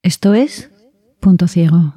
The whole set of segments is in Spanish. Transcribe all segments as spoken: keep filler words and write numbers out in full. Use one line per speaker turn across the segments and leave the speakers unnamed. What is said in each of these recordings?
Esto es Punto Ciego.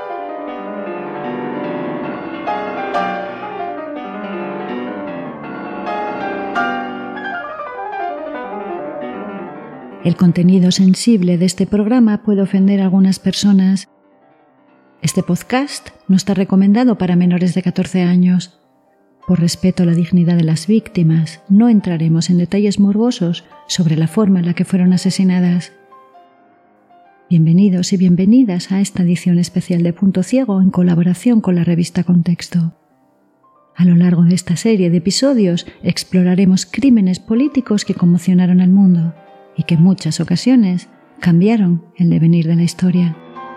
El contenido sensible de este programa puede ofender a algunas personas. Este podcast no está recomendado para menores de catorce años. Por respeto a la dignidad de las víctimas, no entraremos en detalles morbosos sobre la forma en la que fueron asesinadas. Bienvenidos y bienvenidas a esta edición especial de Punto Ciego en colaboración con la revista Contexto. A lo largo de esta serie de episodios exploraremos crímenes políticos que conmocionaron al mundo y que en muchas ocasiones cambiaron el devenir de la historia.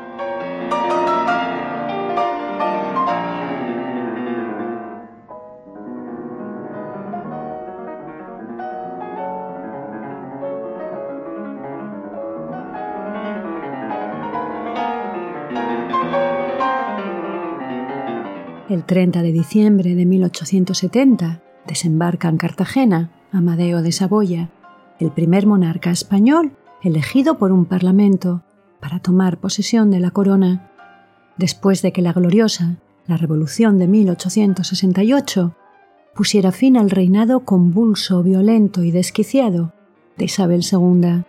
El treinta de diciembre de mil ochocientos setenta desembarca en Cartagena Amadeo de Saboya, el primer monarca español elegido por un parlamento para tomar posesión de la corona, después de que la gloriosa, la Revolución de mil ochocientos sesenta y ocho, pusiera fin al reinado convulso, violento y desquiciado de Isabel segunda.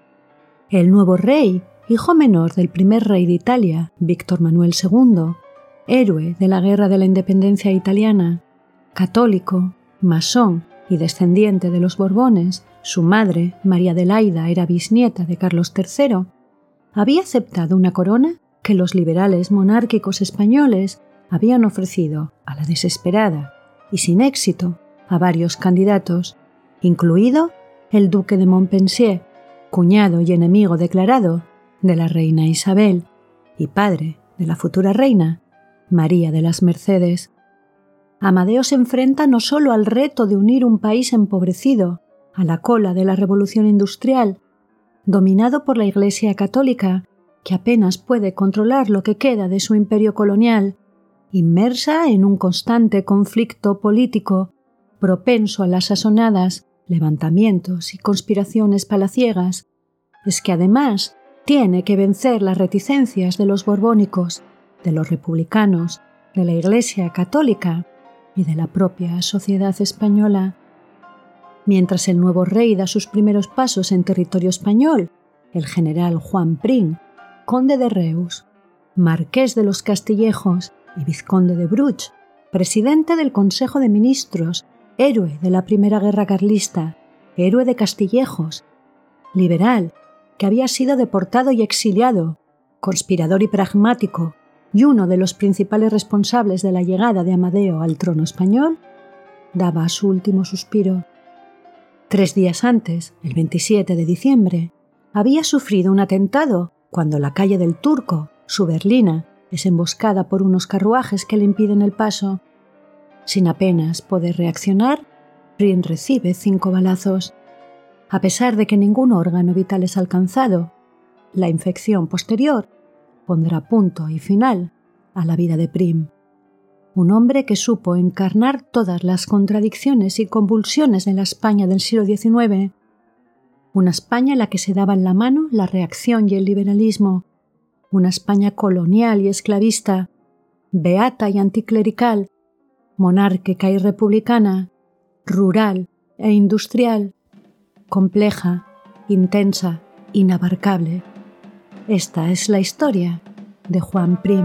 El nuevo rey, hijo menor del primer rey de Italia, Víctor Manuel segundo, héroe de la Guerra de la Independencia italiana, católico, masón y descendiente de los Borbones, su madre, María Adelaida, era bisnieta de Carlos tercero, había aceptado una corona que los liberales monárquicos españoles habían ofrecido a la desesperada y sin éxito a varios candidatos, incluido el duque de Montpensier, cuñado y enemigo declarado de la reina Isabel y padre de la futura reina, María de las Mercedes. Amadeo se enfrenta no solo al reto de unir un país empobrecido a la cola de la revolución industrial, dominado por la Iglesia católica, que apenas puede controlar lo que queda de su imperio colonial, inmersa en un constante conflicto político, propenso a las asonadas levantamientos y conspiraciones palaciegas, es que además tiene que vencer las reticencias de los borbónicos, de los republicanos, de la Iglesia católica y de la propia sociedad española. Mientras el nuevo rey da sus primeros pasos en territorio español, el general Juan Prim, conde de Reus, marqués de los Castillejos y vizconde de Bruch, presidente del Consejo de Ministros, héroe de la Primera Guerra Carlista, héroe de Castillejos, liberal, que había sido deportado y exiliado, conspirador y pragmático, y uno de los principales responsables de la llegada de Amadeo al trono español, daba su último suspiro. Tres días antes, el veintisiete de diciembre, había sufrido un atentado cuando la calle del Turco, su berlina, es emboscada por unos carruajes que le impiden el paso. Sin apenas poder reaccionar, Prim recibe cinco balazos. A pesar de que ningún órgano vital es alcanzado, la infección posterior pondrá punto y final a la vida de Prim. Un hombre que supo encarnar todas las contradicciones y convulsiones de la España del siglo diecinueve, una España en la que se daban la mano la reacción y el liberalismo, una España colonial y esclavista, beata y anticlerical, monárquica y republicana, rural e industrial, compleja, intensa, inabarcable. Esta es la historia de Juan Prim.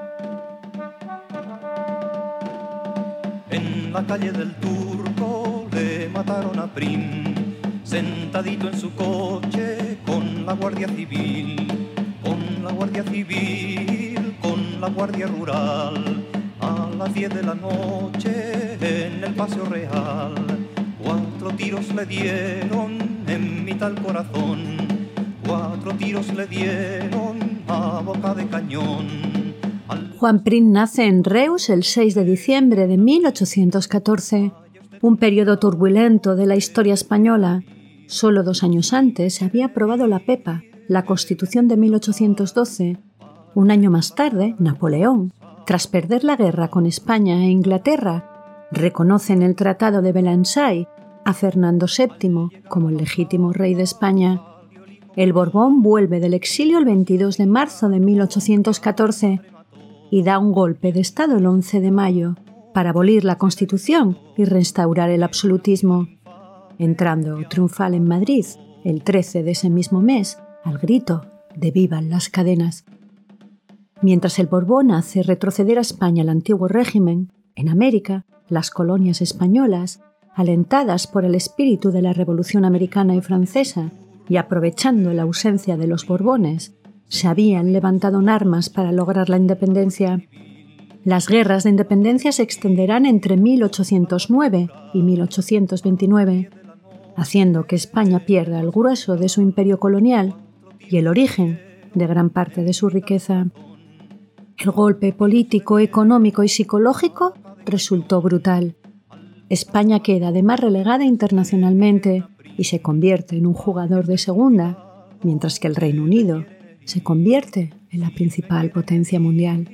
En la calle del Turco le mataron a Prim, sentadito en su coche con la Guardia Civil, con la Guardia Civil, con la Guardia Rural, a las diez de la noche en el Paseo Real. Cuatro tiros le dieron en mitad del corazón, cuatro tiros le dieron a boca de cañón.
Juan Prim nace en Reus el seis de diciembre de mil ochocientos catorce, un periodo turbulento de la historia española. Solo dos años antes se había aprobado la Pepa, la Constitución de mil ochocientos doce. Un año más tarde, Napoleón, tras perder la guerra con España e Inglaterra, reconoce en el Tratado de Versailles a Fernando séptimo como el legítimo rey de España. El Borbón vuelve del exilio el veintidós de marzo de mil ochocientos catorce y da un golpe de Estado el once de mayo para abolir la Constitución y restaurar el absolutismo, entrando triunfal en Madrid el trece de ese mismo mes al grito de «¡Vivan las cadenas!». Mientras el Borbón hace retroceder a España al antiguo régimen, en América, las colonias españolas, alentadas por el espíritu de la Revolución Americana y Francesa y aprovechando la ausencia de los Borbones, se habían levantado en armas para lograr la independencia. Las guerras de independencia se extenderán entre mil ochocientos nueve y mil ochocientos veintinueve, haciendo que España pierda el grueso de su imperio colonial y el origen de gran parte de su riqueza. El golpe político, económico y psicológico resultó brutal. España queda además relegada internacionalmente y se convierte en un jugador de segunda, mientras que el Reino Unido se convierte en la principal potencia mundial.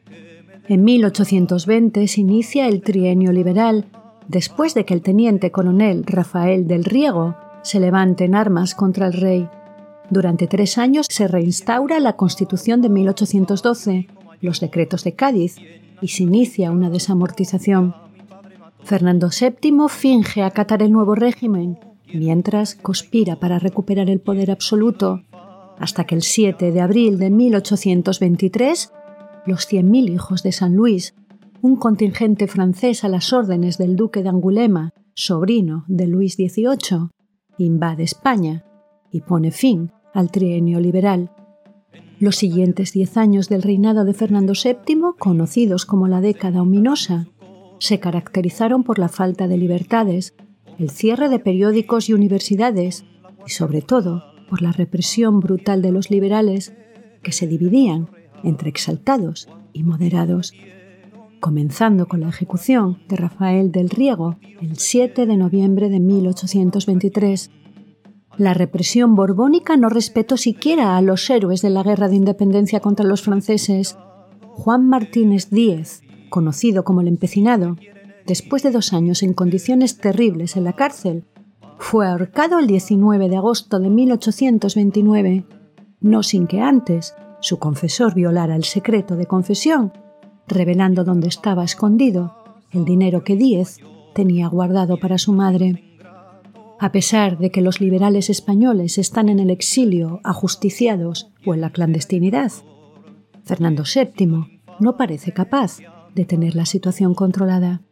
En mil ochocientos veinte se inicia el Trienio Liberal, después de que el teniente coronel Rafael del Riego se levante en armas contra el rey. Durante tres años se reinstaura la Constitución de mil ochocientos doce, los decretos de Cádiz, y se inicia una desamortización. Fernando séptimo finge acatar el nuevo régimen, mientras conspira para recuperar el poder absoluto, hasta que el siete de abril de mil ochocientos veintitrés, los cien mil hijos de San Luis, un contingente francés a las órdenes del duque de Angulema, sobrino de Luis dieciocho, invade España y pone fin al Trienio Liberal. Los siguientes diez años del reinado de Fernando séptimo, conocidos como la década ominosa, se caracterizaron por la falta de libertades, el cierre de periódicos y universidades y, sobre todo, por la represión brutal de los liberales, que se dividían entre exaltados y moderados, comenzando con la ejecución de Rafael del Riego el siete de noviembre de mil ochocientos veintitrés. La represión borbónica no respetó siquiera a los héroes de la guerra de independencia contra los franceses. Juan Martínez Díez, conocido como el Empecinado, después de dos años en condiciones terribles en la cárcel, fue ahorcado el diecinueve de agosto de mil ochocientos veintinueve, no sin que antes su confesor violara el secreto de confesión, revelando dónde estaba escondido el dinero que Díez tenía guardado para su madre. A pesar de que los liberales españoles están en el exilio, ajusticiados o en la clandestinidad, Fernando séptimo no parece capaz de tener la situación controlada.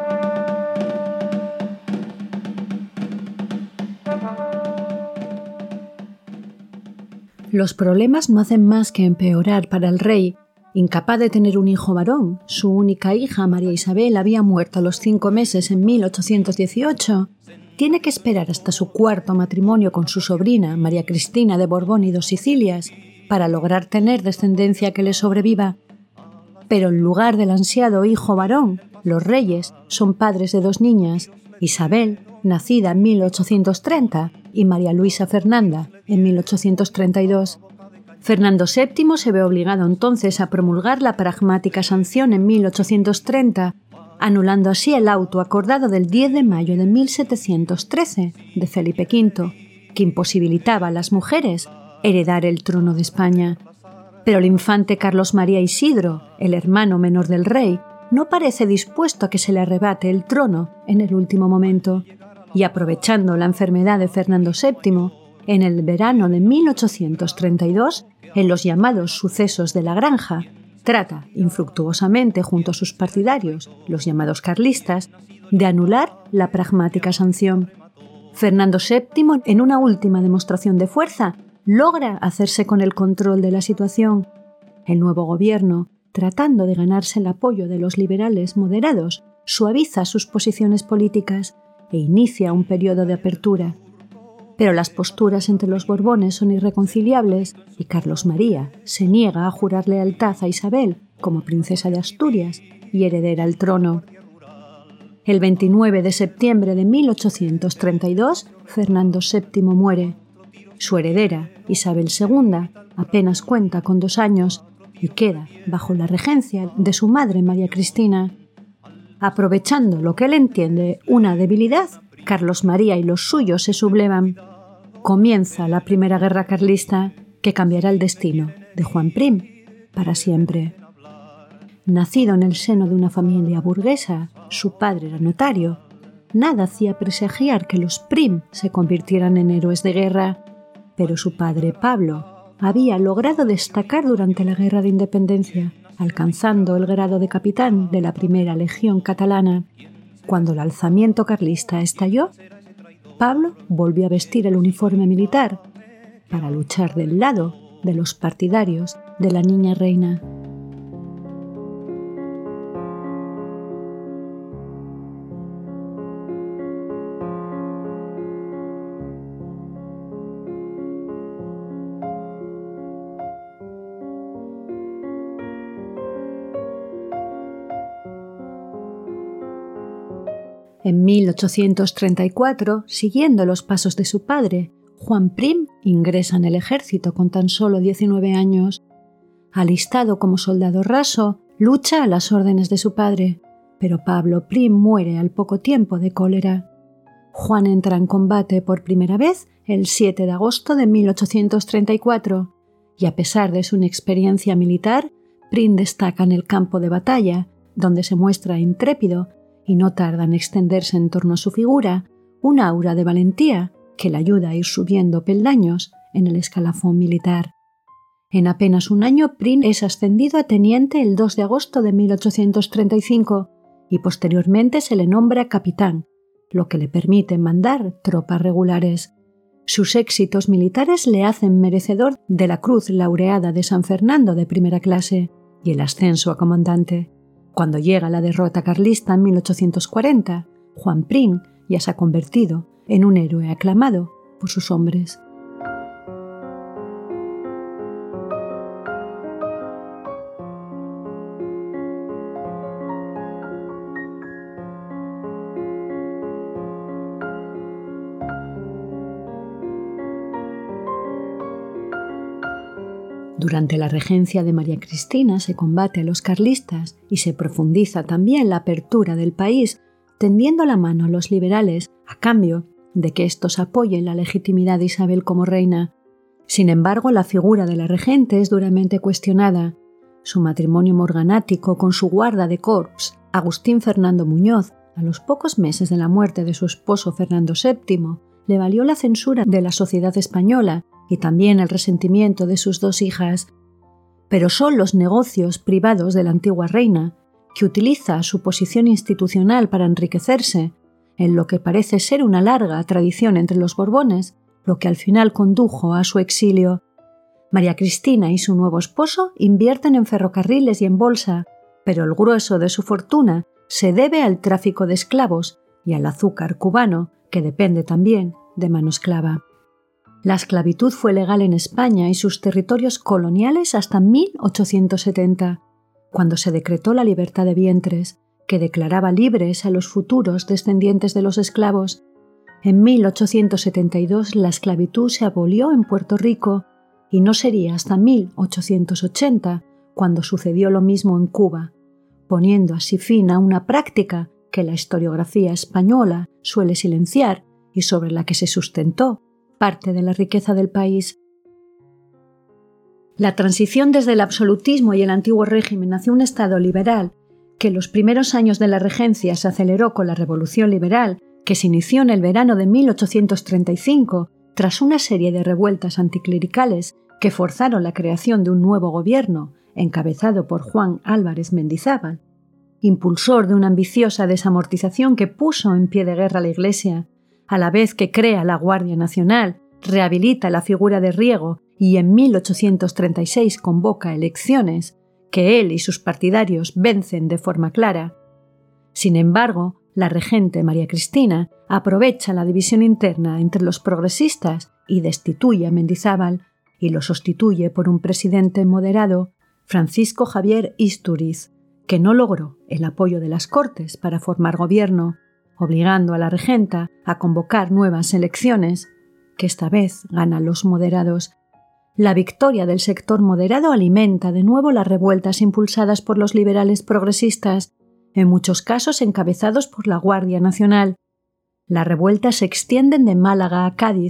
Los problemas no hacen más que empeorar para el rey. Incapaz de tener un hijo varón, su única hija, María Isabel, había muerto a los cinco meses en mil ochocientos dieciocho. Tiene que esperar hasta su cuarto matrimonio con su sobrina, María Cristina de Borbón y dos Sicilias, para lograr tener descendencia que le sobreviva. Pero en lugar del ansiado hijo varón, los reyes son padres de dos niñas, Isabel, nacida en mil ochocientos treinta, y María Luisa Fernanda, en mil ochocientos treinta y dos. Fernando séptimo se ve obligado entonces a promulgar la pragmática sanción en mil ochocientos treinta, anulando así el auto acordado del diez de mayo de mil setecientos trece de Felipe quinto, que imposibilitaba a las mujeres heredar el trono de España. Pero el infante Carlos María Isidro, el hermano menor del rey, no parece dispuesto a que se le arrebate el trono en el último momento, y aprovechando la enfermedad de Fernando séptimo, en el verano de mil ochocientos treinta y dos, en los llamados sucesos de la Granja, trata, infructuosamente junto a sus partidarios, los llamados carlistas, de anular la pragmática sanción. Fernando séptimo, en una última demostración de fuerza, logra hacerse con el control de la situación. El nuevo gobierno, tratando de ganarse el apoyo de los liberales moderados, suaviza sus posiciones políticas e inicia un periodo de apertura. Pero las posturas entre los Borbones son irreconciliables y Carlos María se niega a jurar lealtad a Isabel como princesa de Asturias y heredera al trono. El veintinueve de septiembre de mil ochocientos treinta y dos, Fernando séptimo muere. Su heredera, Isabel segunda, apenas cuenta con dos años y queda bajo la regencia de su madre María Cristina. Aprovechando lo que él entiende una debilidad, Carlos María y los suyos se sublevan. comienza la primera guerra carlista que cambiará el destino de Juan Prim para siempre. Nacido en el seno de una familia burguesa, su padre era notario. Nada hacía presagiar que los Prim se convirtieran en héroes de guerra, pero su padre, Pablo, había logrado destacar durante la Guerra de Independencia, alcanzando el grado de capitán de la primera legión catalana. Cuando el alzamiento carlista estalló, Pablo volvió a vestir el uniforme militar para luchar del lado de los partidarios de la niña reina. En mil ochocientos treinta y cuatro, siguiendo los pasos de su padre, Juan Prim ingresa en el ejército con tan solo diecinueve años. Alistado como soldado raso, lucha a las órdenes de su padre, pero Pablo Prim muere al poco tiempo de cólera. Juan entra en combate por primera vez el siete de agosto de mil ochocientos treinta y cuatro, y a pesar de su inexperiencia militar, Prim destaca en el campo de batalla, donde se muestra intrépido y no tarda en extenderse en torno a su figura un aura de valentía que le ayuda a ir subiendo peldaños en el escalafón militar. En apenas un año, Prim es ascendido a teniente el dos de agosto de mil ochocientos treinta y cinco y posteriormente se le nombra capitán, lo que le permite mandar tropas regulares. Sus éxitos militares le hacen merecedor de la Cruz Laureada de San Fernando de primera clase y el ascenso a comandante. Cuando llega la derrota carlista en mil ochocientos cuarenta, Juan Prim ya se ha convertido en un héroe aclamado por sus hombres. Durante la regencia de María Cristina se combate a los carlistas y se profundiza también la apertura del país, tendiendo la mano a los liberales a cambio de que estos apoyen la legitimidad de Isabel como reina. Sin embargo, la figura de la regente es duramente cuestionada. Su matrimonio morganático con su guarda de corps, Agustín Fernando Muñoz, a los pocos meses de la muerte de su esposo Fernando séptimo, le valió la censura de la sociedad española y también el resentimiento de sus dos hijas. Pero son los negocios privados de la antigua reina, que utiliza su posición institucional para enriquecerse, en lo que parece ser una larga tradición entre los Borbones, lo que al final condujo a su exilio. María Cristina y su nuevo esposo invierten en ferrocarriles y en bolsa, pero el grueso de su fortuna se debe al tráfico de esclavos y al azúcar cubano, que depende también de mano esclava. La esclavitud fue legal en España y sus territorios coloniales hasta mil ochocientos setenta, cuando se decretó la libertad de vientres, que declaraba libres a los futuros descendientes de los esclavos. En mil ochocientos setenta y dos la esclavitud se abolió en Puerto Rico y no sería hasta mil ochocientos ochenta cuando sucedió lo mismo en Cuba, poniendo así fin a una práctica que la historiografía española suele silenciar y sobre la que se sustentó parte de la riqueza del país. La transición desde el absolutismo y el antiguo régimen hacia un Estado liberal, que en los primeros años de la regencia se aceleró con la Revolución Liberal, que se inició en el verano de mil ochocientos treinta y cinco, tras una serie de revueltas anticlericales que forzaron la creación de un nuevo gobierno, encabezado por Juan Álvarez Mendizábal, impulsor de una ambiciosa desamortización que puso en pie de guerra a la Iglesia, a la vez que crea la Guardia Nacional, rehabilita la figura de Riego y en mil ochocientos treinta y seis convoca elecciones, que él y sus partidarios vencen de forma clara. Sin embargo, la regente María Cristina aprovecha la división interna entre los progresistas y destituye a Mendizábal y lo sustituye por un presidente moderado, Francisco Javier Istúriz, que no logró el apoyo de las Cortes para formar gobierno, obligando a la regenta a convocar nuevas elecciones, que esta vez ganan los moderados. La victoria del sector moderado alimenta de nuevo las revueltas impulsadas por los liberales progresistas, en muchos casos encabezados por la Guardia Nacional. Las revueltas se extienden de Málaga a Cádiz,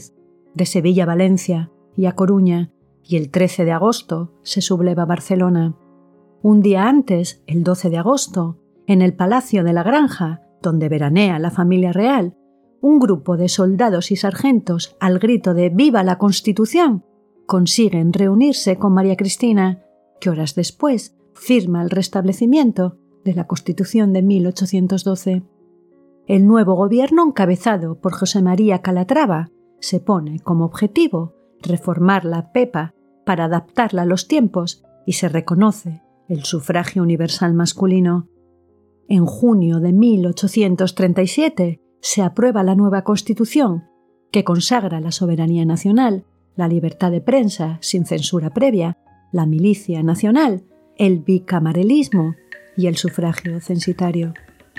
de Sevilla a Valencia y a Coruña, y el trece de agosto se subleva Barcelona. Un día antes, el doce de agosto, en el Palacio de la Granja, donde veranea la familia real, un grupo de soldados y sargentos, al grito de ¡Viva la Constitución!, consiguen reunirse con María Cristina, que horas después firma el restablecimiento de la Constitución de mil ochocientos doce. El nuevo gobierno, encabezado por José María Calatrava, se pone como objetivo reformar la Pepa para adaptarla a los tiempos y se reconoce el sufragio universal masculino. En junio de mil ochocientos treinta y siete se aprueba la nueva Constitución, que consagra la soberanía nacional, la libertad de prensa sin censura previa, la milicia nacional, el bicameralismo y el sufragio censitario.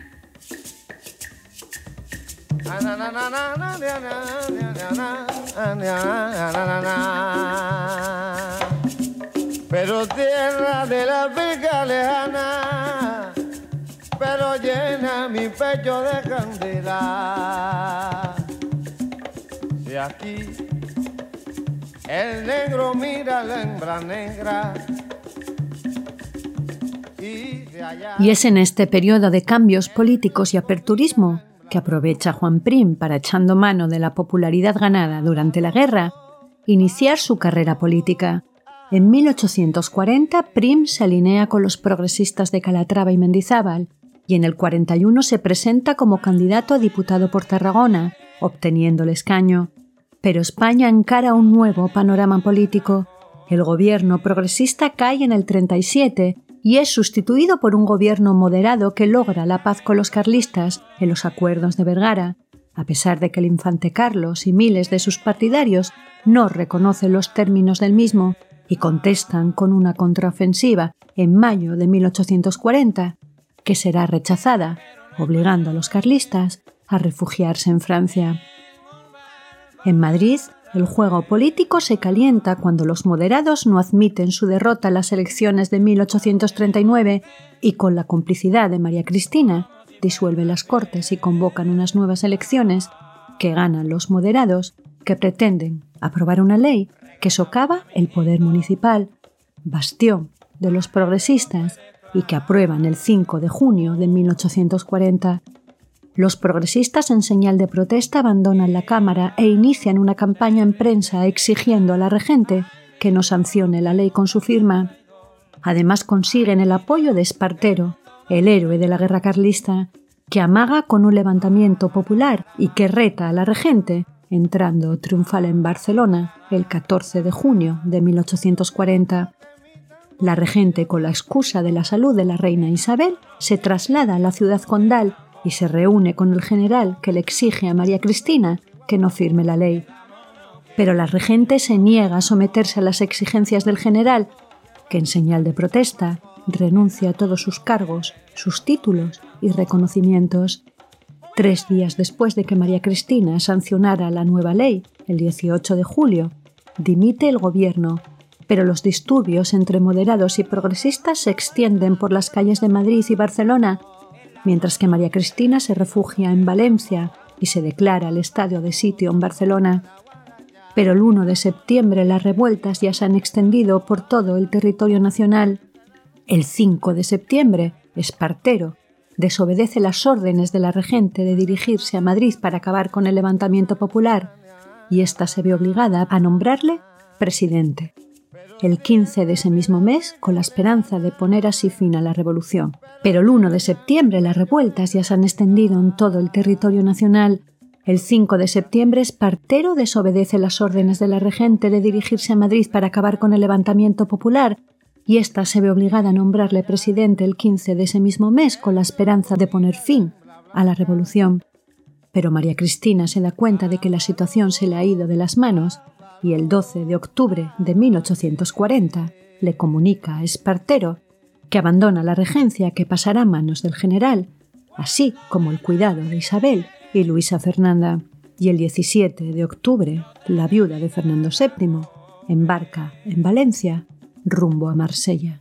Pero tierra de la África lejana, pero llena mi pecho de candela. Si aquí el negro mira la hembra negra, y de allá...
Y es en este periodo de cambios políticos y aperturismo que aprovecha Juan Prim para, echando mano de la popularidad ganada durante la guerra, iniciar su carrera política. En mil ochocientos cuarenta, Prim se alinea con los progresistas de Calatrava y Mendizábal y en el cuarenta y uno se presenta como candidato a diputado por Tarragona, obteniendo el escaño. Pero España encara un nuevo panorama político. El gobierno progresista cae en el treinta y siete y es sustituido por un gobierno moderado que logra la paz con los carlistas en los acuerdos de Vergara, a pesar de que el infante Carlos y miles de sus partidarios no reconocen los términos del mismo y contestan con una contraofensiva en mayo de mil ochocientos cuarenta, que será rechazada, obligando a los carlistas a refugiarse en Francia. En Madrid, el juego político se calienta cuando los moderados no admiten su derrota en las elecciones de mil ochocientos treinta y nueve y, con la complicidad de María Cristina, disuelven las Cortes y convocan unas nuevas elecciones que ganan los moderados, que pretenden aprobar una ley que socava el poder municipal, bastión de los progresistas, y que aprueban el cinco de junio de mil ochocientos cuarenta. Los progresistas, en señal de protesta, abandonan la Cámara e inician una campaña en prensa exigiendo a la regente que no sancione la ley con su firma. Además, consiguen el apoyo de Espartero, el héroe de la guerra carlista, que amaga con un levantamiento popular y que reta a la regente, entrando triunfal en Barcelona el catorce de junio de mil ochocientos cuarenta. La regente, con la excusa de la salud de la reina Isabel, se traslada a la ciudad condal y se reúne con el general que le exige a María Cristina que no firme la ley. Pero la regente se niega a someterse a las exigencias del general, que en señal de protesta renuncia a todos sus cargos, sus títulos y reconocimientos. Tres días después de que María Cristina sancionara la nueva ley, el dieciocho de julio, dimite el gobierno, pero los disturbios entre moderados y progresistas se extienden por las calles de Madrid y Barcelona, mientras que María Cristina se refugia en Valencia y se declara el estado de sitio en Barcelona. Pero el uno de septiembre las revueltas ya se han extendido por todo el territorio nacional. El cinco de septiembre, Espartero desobedece las órdenes de la regente de dirigirse a Madrid para acabar con el levantamiento popular y ésta se ve obligada a nombrarle presidente. El quince de ese mismo mes, con la esperanza de poner así fin a la revolución. Pero el uno de septiembre las revueltas ya se han extendido en todo el territorio nacional. El cinco de septiembre, Espartero desobedece las órdenes de la regente de dirigirse a Madrid para acabar con el levantamiento popular y ésta se ve obligada a nombrarle presidente el quince de ese mismo mes con la esperanza de poner fin a la revolución. Pero María Cristina se da cuenta de que la situación se le ha ido de las manos y el doce de octubre de mil ochocientos cuarenta le comunica a Espartero que abandona la regencia, que pasará a manos del general, así como el cuidado de Isabel y Luisa Fernanda. Y el diecisiete de octubre, la viuda de Fernando séptimo embarca en Valencia rumbo a Marsella.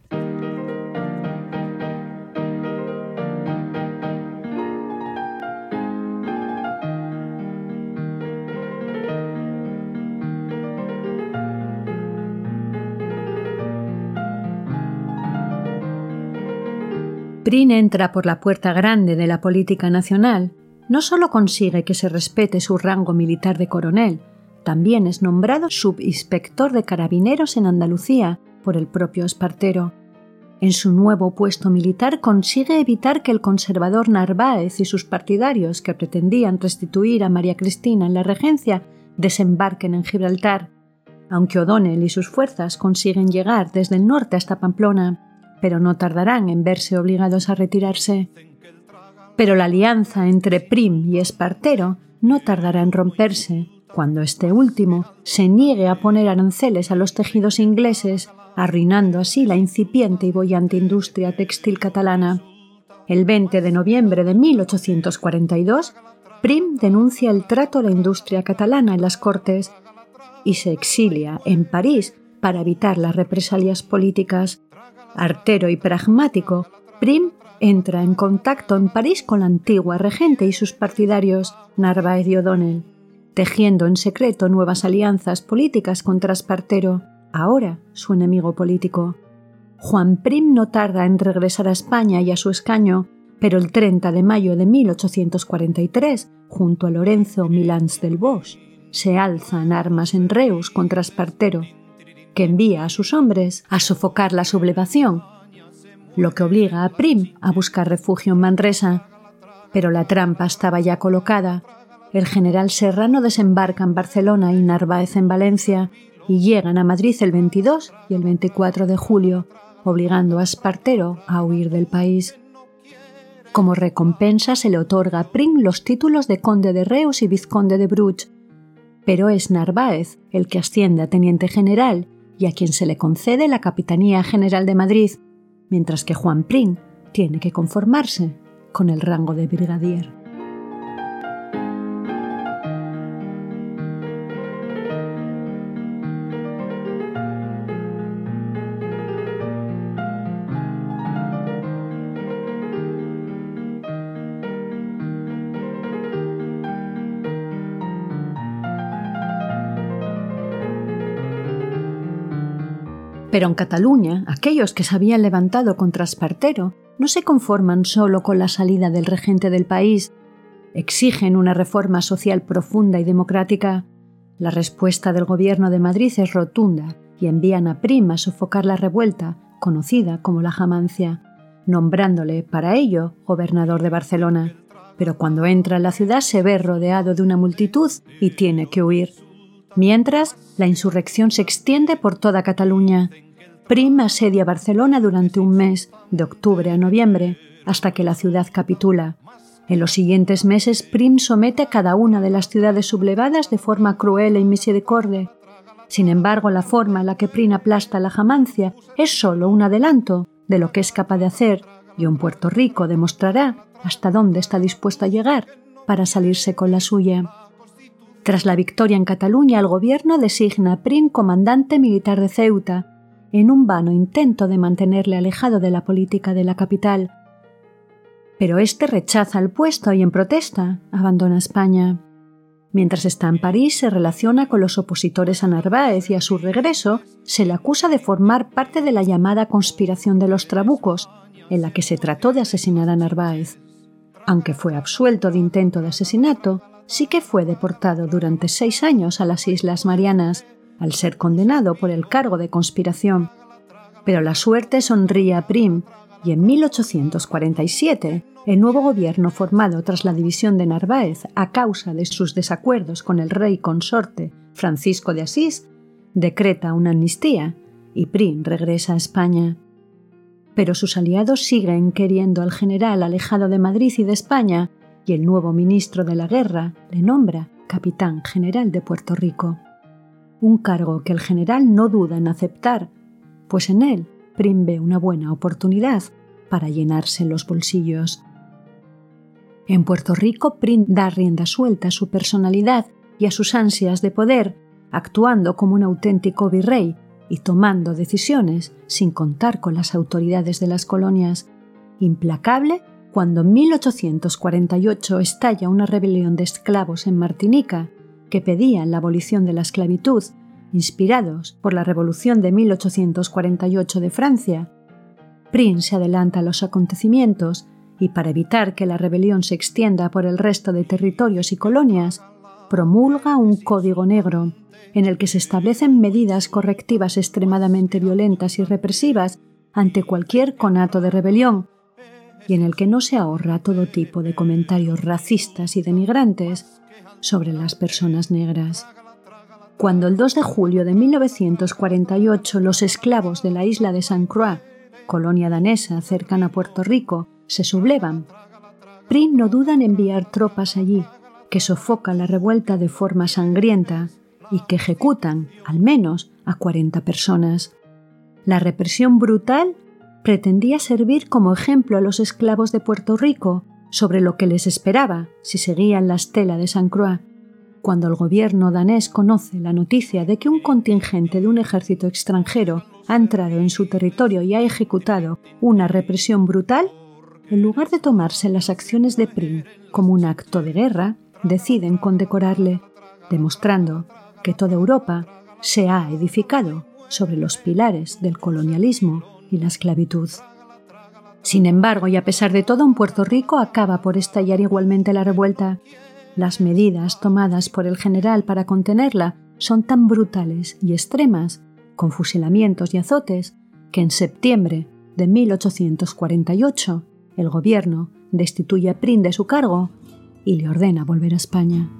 Prim entra por la puerta grande de la política nacional. No solo consigue que se respete su rango militar de coronel, también es nombrado subinspector de carabineros en Andalucía por el propio Espartero. En su nuevo puesto militar consigue evitar que el conservador Narváez y sus partidarios, que pretendían restituir a María Cristina en la regencia, desembarquen en Gibraltar, aunque O'Donnell y sus fuerzas consiguen llegar desde el norte hasta Pamplona, pero no tardarán en verse obligados a retirarse. Pero la alianza entre Prim y Espartero no tardará en romperse, cuando este último se niegue a poner aranceles a los tejidos ingleses, arruinando así la incipiente y boyante industria textil catalana. El veinte de noviembre de mil ochocientos cuarenta y dos, Prim denuncia el trato a la industria catalana en las Cortes y se exilia en París para evitar las represalias políticas. Artero y pragmático, Prim entra en contacto en París con la antigua regente y sus partidarios, Narváez y O'Donnell, tejiendo en secreto nuevas alianzas políticas contra Espartero, ahora su enemigo político. Juan Prim no tarda en regresar a España y a su escaño, pero el treinta de mayo de mil ochocientos cuarenta y tres, junto a Lorenzo Milans del Bosch, se alzan armas en Reus contra Espartero, que envía a sus hombres a sofocar la sublevación, lo que obliga a Prim a buscar refugio en Manresa. Pero la trampa estaba ya colocada. El general Serrano desembarca en Barcelona y Narváez en Valencia, y llegan a Madrid el veintidós y el veinticuatro de julio, obligando a Espartero a huir del país. Como recompensa se le otorga a Prim los títulos de conde de Reus y vizconde de Bruch, pero es Narváez el que asciende a teniente general y a quien se le concede la Capitanía General de Madrid, mientras que Juan Prim tiene que conformarse con el rango de brigadier. Pero en Cataluña, aquellos que se habían levantado contra Espartero no se conforman solo con la salida del regente del país, exigen una reforma social profunda y democrática. La respuesta del gobierno de Madrid es rotunda y envían a Prim a sofocar la revuelta, conocida como la Jamancia, nombrándole para ello gobernador de Barcelona. Pero cuando entra en la ciudad se ve rodeado de una multitud y tiene que huir. Mientras, la insurrección se extiende por toda Cataluña. Prim asedia Barcelona durante un mes, de octubre a noviembre, hasta que la ciudad capitula. En los siguientes meses, Prim somete a cada una de las ciudades sublevadas de forma cruel e inmisericorde. Sin embargo, la forma en la que Prim aplasta la Jamancia es solo un adelanto de lo que es capaz de hacer, y un Puerto Rico demostrará hasta dónde está dispuesto a llegar para salirse con la suya. Tras la victoria en Cataluña, el gobierno designa a Prim comandante militar de Ceuta, en un vano intento de mantenerle alejado de la política de la capital. Pero este rechaza el puesto y, en protesta, abandona España. Mientras está en París, se relaciona con los opositores a Narváez y a su regreso se le acusa de formar parte de la llamada conspiración de los Trabucos, en la que se trató de asesinar a Narváez. Aunque fue absuelto de intento de asesinato, sí que fue deportado durante seis años a las Islas Marianas, al ser condenado por el cargo de conspiración. Pero la suerte sonríe a Prim, y en mil ochocientos cuarenta y siete, el nuevo gobierno formado tras la división de Narváez a causa de sus desacuerdos con el rey consorte Francisco de Asís, decreta una amnistía y Prim regresa a España. Pero sus aliados siguen queriendo al general alejado de Madrid y de España, y el nuevo ministro de la guerra le nombra capitán general de Puerto Rico. Un cargo que el general no duda en aceptar, pues en él Prim ve una buena oportunidad para llenarse los bolsillos. En Puerto Rico, Prim da rienda suelta a su personalidad y a sus ansias de poder, actuando como un auténtico virrey y tomando decisiones sin contar con las autoridades de las colonias. Implacable, cuando en mil ochocientos cuarenta y ocho estalla una rebelión de esclavos en Martinica que pedían la abolición de la esclavitud, inspirados por la Revolución de mil ochocientos cuarenta y ocho de Francia, Prim se adelanta a los acontecimientos y, para evitar que la rebelión se extienda por el resto de territorios y colonias, promulga un código negro en el que se establecen medidas correctivas extremadamente violentas y represivas ante cualquier conato de rebelión, y en el que no se ahorra todo tipo de comentarios racistas y denigrantes sobre las personas negras. Cuando el dos de julio de mil novecientos cuarenta y ocho los esclavos de la isla de Saint Croix, colonia danesa cercana a Puerto Rico, se sublevan, Prim no duda en enviar tropas allí, que sofocan la revuelta de forma sangrienta y que ejecutan, al menos, a cuarenta personas. La represión brutal pretendía servir como ejemplo a los esclavos de Puerto Rico sobre lo que les esperaba si seguían la estela de Saint Croix. Cuando el gobierno danés conoce la noticia de que un contingente de un ejército extranjero ha entrado en su territorio y ha ejecutado una represión brutal, en lugar de tomarse las acciones de Prim como un acto de guerra, deciden condecorarle, demostrando que toda Europa se ha edificado sobre los pilares del colonialismo y la esclavitud. Sin embargo, y a pesar de todo, en Puerto Rico acaba por estallar igualmente la revuelta. Las medidas tomadas por el general para contenerla son tan brutales y extremas, con fusilamientos y azotes, que en septiembre de mil ochocientos cuarenta y ocho el gobierno destituye a Prim de su cargo y le ordena volver a España.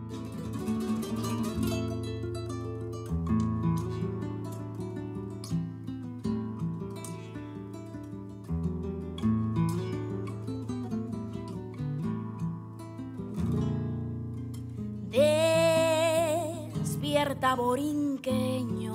Despierta, borinqueño,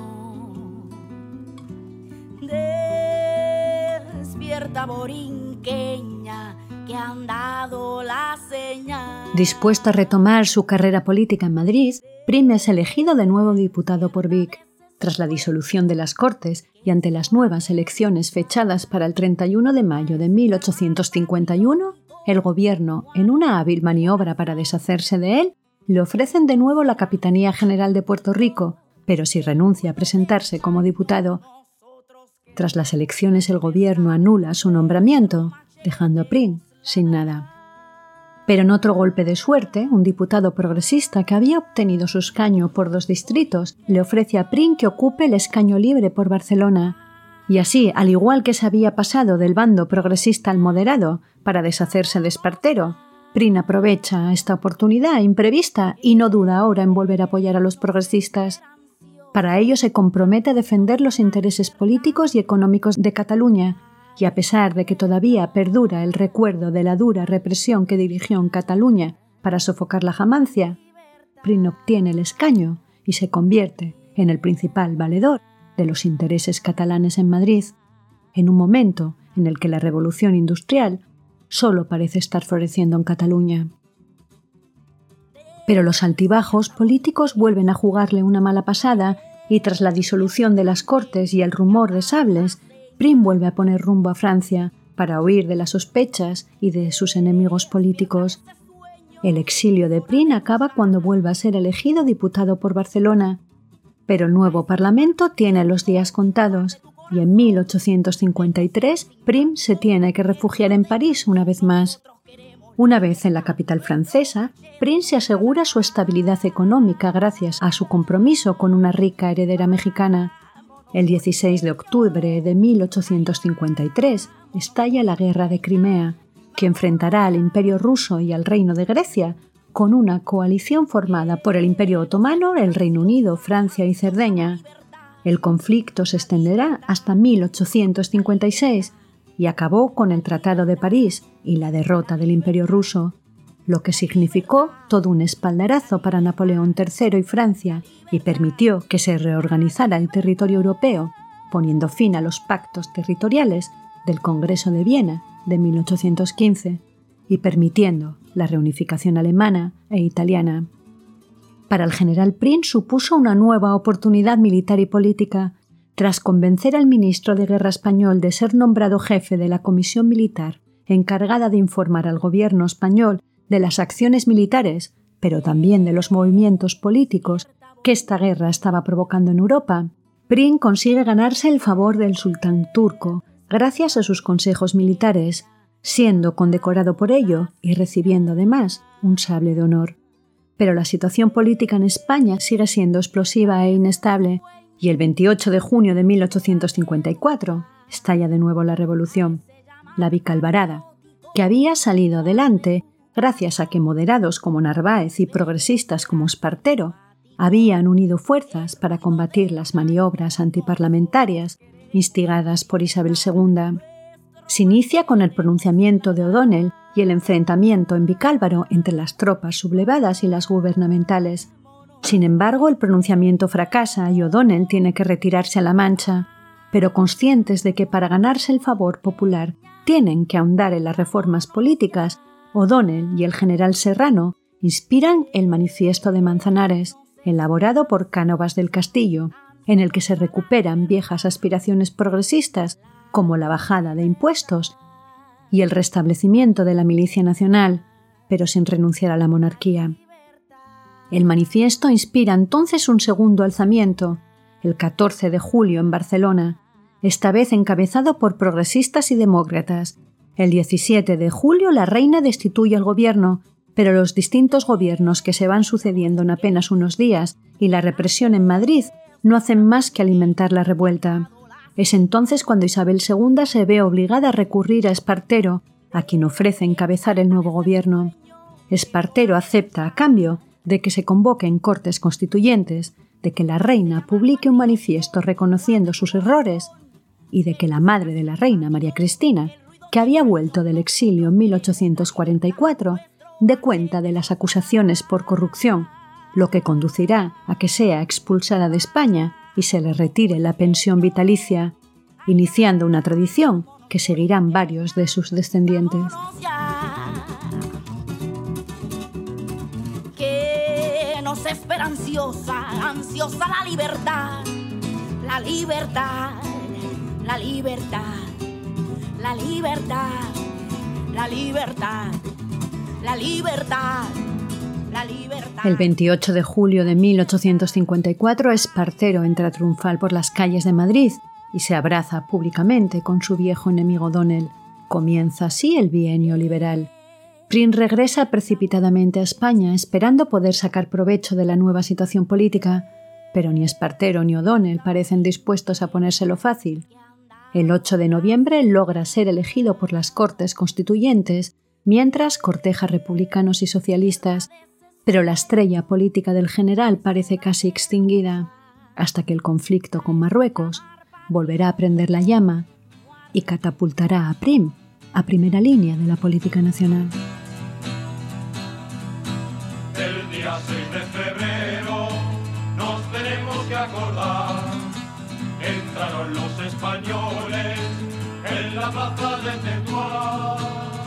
despierta, borinqueña, que han dado la señal.
Dispuesto a retomar su carrera política en Madrid, Prim es elegido de nuevo diputado por Vic. Tras la disolución de las Cortes y ante las nuevas elecciones fechadas para el treinta y uno de mayo de mil ochocientos cincuenta y uno, el gobierno, en una hábil maniobra para deshacerse de él, le ofrecen de nuevo la Capitanía General de Puerto Rico, pero si renuncia a presentarse como diputado. Tras las elecciones, el gobierno anula su nombramiento, dejando a Prim sin nada. Pero en otro golpe de suerte, un diputado progresista que había obtenido su escaño por dos distritos le ofrece a Prim que ocupe el escaño libre por Barcelona. Y así, al igual que se había pasado del bando progresista al moderado para deshacerse de Espartero, Prim aprovecha esta oportunidad imprevista y no duda ahora en volver a apoyar a los progresistas. Para ello se compromete a defender los intereses políticos y económicos de Cataluña, y a pesar de que todavía perdura el recuerdo de la dura represión que dirigió en Cataluña para sofocar la Jamancia, Prim obtiene el escaño y se convierte en el principal valedor de los intereses catalanes en Madrid, en un momento en el que la revolución industrial solo parece estar floreciendo en Cataluña. Pero los altibajos políticos vuelven a jugarle una mala pasada y tras la disolución de las Cortes y el rumor de sables, Prim vuelve a poner rumbo a Francia para huir de las sospechas y de sus enemigos políticos. El exilio de Prim acaba cuando vuelve a ser elegido diputado por Barcelona, pero el nuevo Parlamento tiene los días contados y en mil ochocientos cincuenta y tres Prim se tiene que refugiar en París una vez más. Una vez en la capital francesa, Prim se asegura su estabilidad económica gracias a su compromiso con una rica heredera mexicana. El dieciséis de octubre de mil ochocientos cincuenta y tres estalla la Guerra de Crimea, que enfrentará al Imperio ruso y al Reino de Grecia con una coalición formada por el Imperio otomano, el Reino Unido, Francia y Cerdeña. El conflicto se extenderá hasta mil ochocientos cincuenta y seis y acabó con el Tratado de París y la derrota del Imperio ruso, lo que significó todo un espaldarazo para Napoleón tercero y Francia y permitió que se reorganizara el territorio europeo, poniendo fin a los pactos territoriales del Congreso de Viena de mil ochocientos quince y permitiendo la reunificación alemana e italiana. Para el general Prim supuso una nueva oportunidad militar y política. Tras convencer al ministro de Guerra español de ser nombrado jefe de la comisión militar encargada de informar al gobierno español de las acciones militares, pero también de los movimientos políticos que esta guerra estaba provocando en Europa, Prim consigue ganarse el favor del sultán turco, gracias a sus consejos militares, siendo condecorado por ello y recibiendo además un sable de honor. Pero la situación política en España sigue siendo explosiva e inestable y el veintiocho de junio de mil ochocientos cincuenta y cuatro estalla de nuevo la revolución, la Vicalvarada, que había salido adelante gracias a que moderados como Narváez y progresistas como Espartero habían unido fuerzas para combatir las maniobras antiparlamentarias instigadas por Isabel segunda. Se inicia con el pronunciamiento de O'Donnell y el enfrentamiento en Vicálvaro entre las tropas sublevadas y las gubernamentales. Sin embargo, el pronunciamiento fracasa y O'Donnell tiene que retirarse a La Mancha, pero conscientes de que para ganarse el favor popular tienen que ahondar en las reformas políticas, O'Donnell y el general Serrano inspiran el Manifiesto de Manzanares, elaborado por Cánovas del Castillo, en el que se recuperan viejas aspiraciones progresistas como la bajada de impuestos y el restablecimiento de la milicia nacional, pero sin renunciar a la monarquía. El manifiesto inspira entonces un segundo alzamiento, el catorce de julio en Barcelona, esta vez encabezado por progresistas y demócratas. El diecisiete de julio la reina destituye al gobierno, pero los distintos gobiernos que se van sucediendo en apenas unos días y la represión en Madrid no hacen más que alimentar la revuelta. Es entonces cuando Isabel segunda se ve obligada a recurrir a Espartero, a quien ofrece encabezar el nuevo gobierno. Espartero acepta a cambio de que se convoquen cortes constituyentes, de que la reina publique un manifiesto reconociendo sus errores y de que la madre de la reina, María Cristina, que había vuelto del exilio en mil ochocientos cuarenta y cuatro, dé cuenta de las acusaciones por corrupción, lo que conducirá a que sea expulsada de España y se le retire la pensión vitalicia, iniciando una tradición que seguirán varios de sus descendientes.
Que nos espera ansiosa, ansiosa la libertad, la libertad, la libertad, la libertad, la libertad, la libertad.
El veintiocho de julio de mil ochocientos cincuenta y cuatro, Espartero entra triunfal por las calles de Madrid y se abraza públicamente con su viejo enemigo O'Donnell. Comienza así el bienio liberal. Prim regresa precipitadamente a España esperando poder sacar provecho de la nueva situación política, pero ni Espartero ni O'Donnell parecen dispuestos a ponérselo fácil. El ocho de noviembre logra ser elegido por las Cortes Constituyentes, mientras corteja republicanos y socialistas, pero la estrella política del general parece casi extinguida, hasta que el conflicto con Marruecos volverá a prender la llama y catapultará a Prim a primera línea de la política nacional.
El día seis de febrero nos tenemos que acordar, entraron los españoles en la plaza de Tetuán,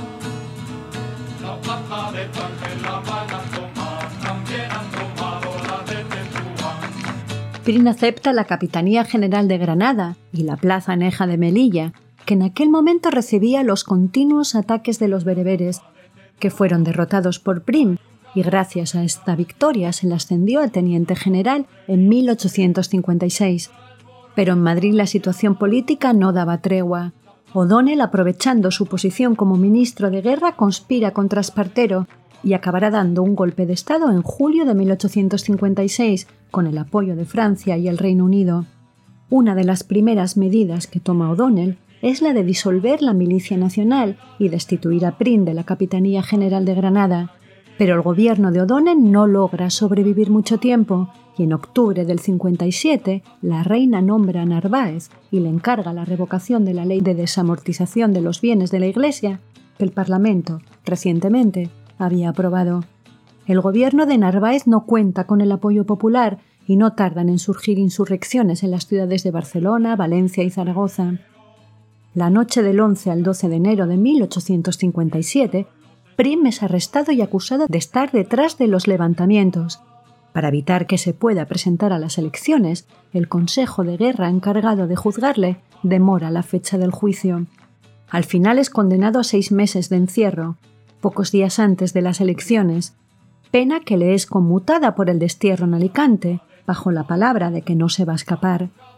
la plaza de Tánger la van a tomar, también han tomado la de Tetuán.
Prim acepta la Capitanía General de Granada y la Plaza Aneja de Melilla, que en aquel momento recibía los continuos ataques de los bereberes, que fueron derrotados por Prim, y gracias a esta victoria se le ascendió a teniente general en mil ochocientos cincuenta y seis. Pero en Madrid la situación política no daba tregua. O'Donnell, aprovechando su posición como ministro de guerra, conspira contra Espartero y acabará dando un golpe de Estado en julio de mil ochocientos cincuenta y seis con el apoyo de Francia y el Reino Unido. Una de las primeras medidas que toma O'Donnell es la de disolver la milicia nacional y destituir a Prim de la Capitanía General de Granada, pero el gobierno de O'Donnell no logra sobrevivir mucho tiempo y en octubre del cincuenta y siete la reina nombra a Narváez y le encarga la revocación de la ley de desamortización de los bienes de la Iglesia que el Parlamento, recientemente, había aprobado. El gobierno de Narváez no cuenta con el apoyo popular y no tardan en surgir insurrecciones en las ciudades de Barcelona, Valencia y Zaragoza. La noche del once al doce de enero de mil ochocientos cincuenta y siete, Prim es arrestado y acusado de estar detrás de los levantamientos. Para evitar que se pueda presentar a las elecciones, el Consejo de Guerra encargado de juzgarle demora la fecha del juicio. Al final es condenado a seis meses de encierro, pocos días antes de las elecciones, pena que le es conmutada por el destierro en Alicante, bajo la palabra de que no se va a escapar.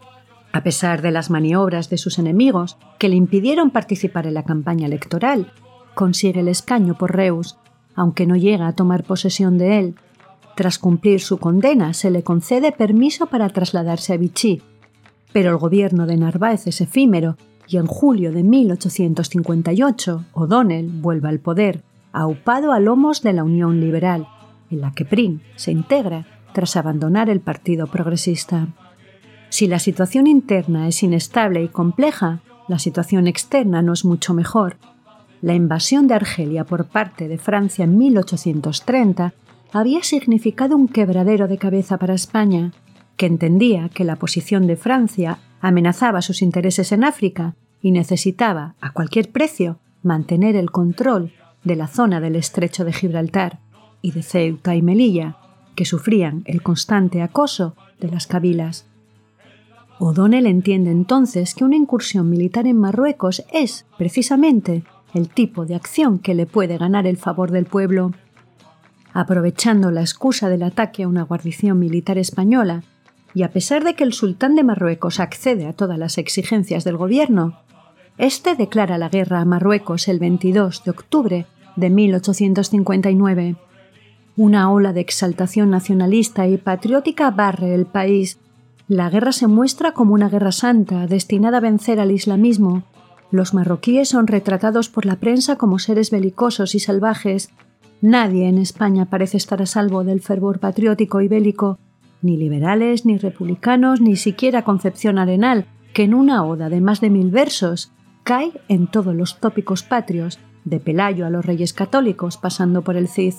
A pesar de las maniobras de sus enemigos, que le impidieron participar en la campaña electoral, consigue el escaño por Reus, aunque no llega a tomar posesión de él. Tras cumplir su condena, se le concede permiso para trasladarse a Vichy, pero el gobierno de Narváez es efímero y en julio de mil ochocientos cincuenta y ocho O'Donnell vuelve al poder, aupado a lomos de la Unión Liberal, en la que Prim se integra tras abandonar el Partido Progresista. Si la situación interna es inestable y compleja, la situación externa no es mucho mejor. La invasión de Argelia por parte de Francia en mil ochocientos treinta había significado un quebradero de cabeza para España, que entendía que la posición de Francia amenazaba sus intereses en África y necesitaba, a cualquier precio, mantener el control de la zona del Estrecho de Gibraltar y de Ceuta y Melilla, que sufrían el constante acoso de las cabilas. O'Donnell entiende entonces que una incursión militar en Marruecos es, precisamente, el tipo de acción que le puede ganar el favor del pueblo. Aprovechando la excusa del ataque a una guarnición militar española, y a pesar de que el sultán de Marruecos accede a todas las exigencias del gobierno, este declara la guerra a Marruecos el veintidós de octubre de mil ochocientos cincuenta y nueve. Una ola de exaltación nacionalista y patriótica barre el país. La guerra se muestra como una guerra santa, destinada a vencer al islamismo. Los marroquíes son retratados por la prensa como seres belicosos y salvajes. Nadie en España parece estar a salvo del fervor patriótico y bélico, ni liberales, ni republicanos, ni siquiera Concepción Arenal, que en una oda de más de mil versos cae en todos los tópicos patrios, de Pelayo a los Reyes Católicos, pasando por el Cid.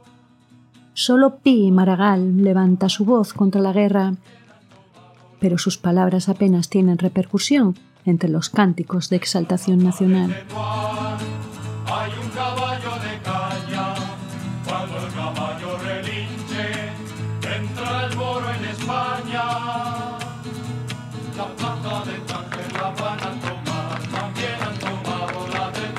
Solo Pi y Maragall levanta su voz contra la guerra, pero sus palabras apenas tienen repercusión entre los cánticos de exaltación nacional.
Hay un caballo de caña, cuando el caballo relinche, entra el moro en España. La plaza de Tánger la van a tomar, también han tomado la de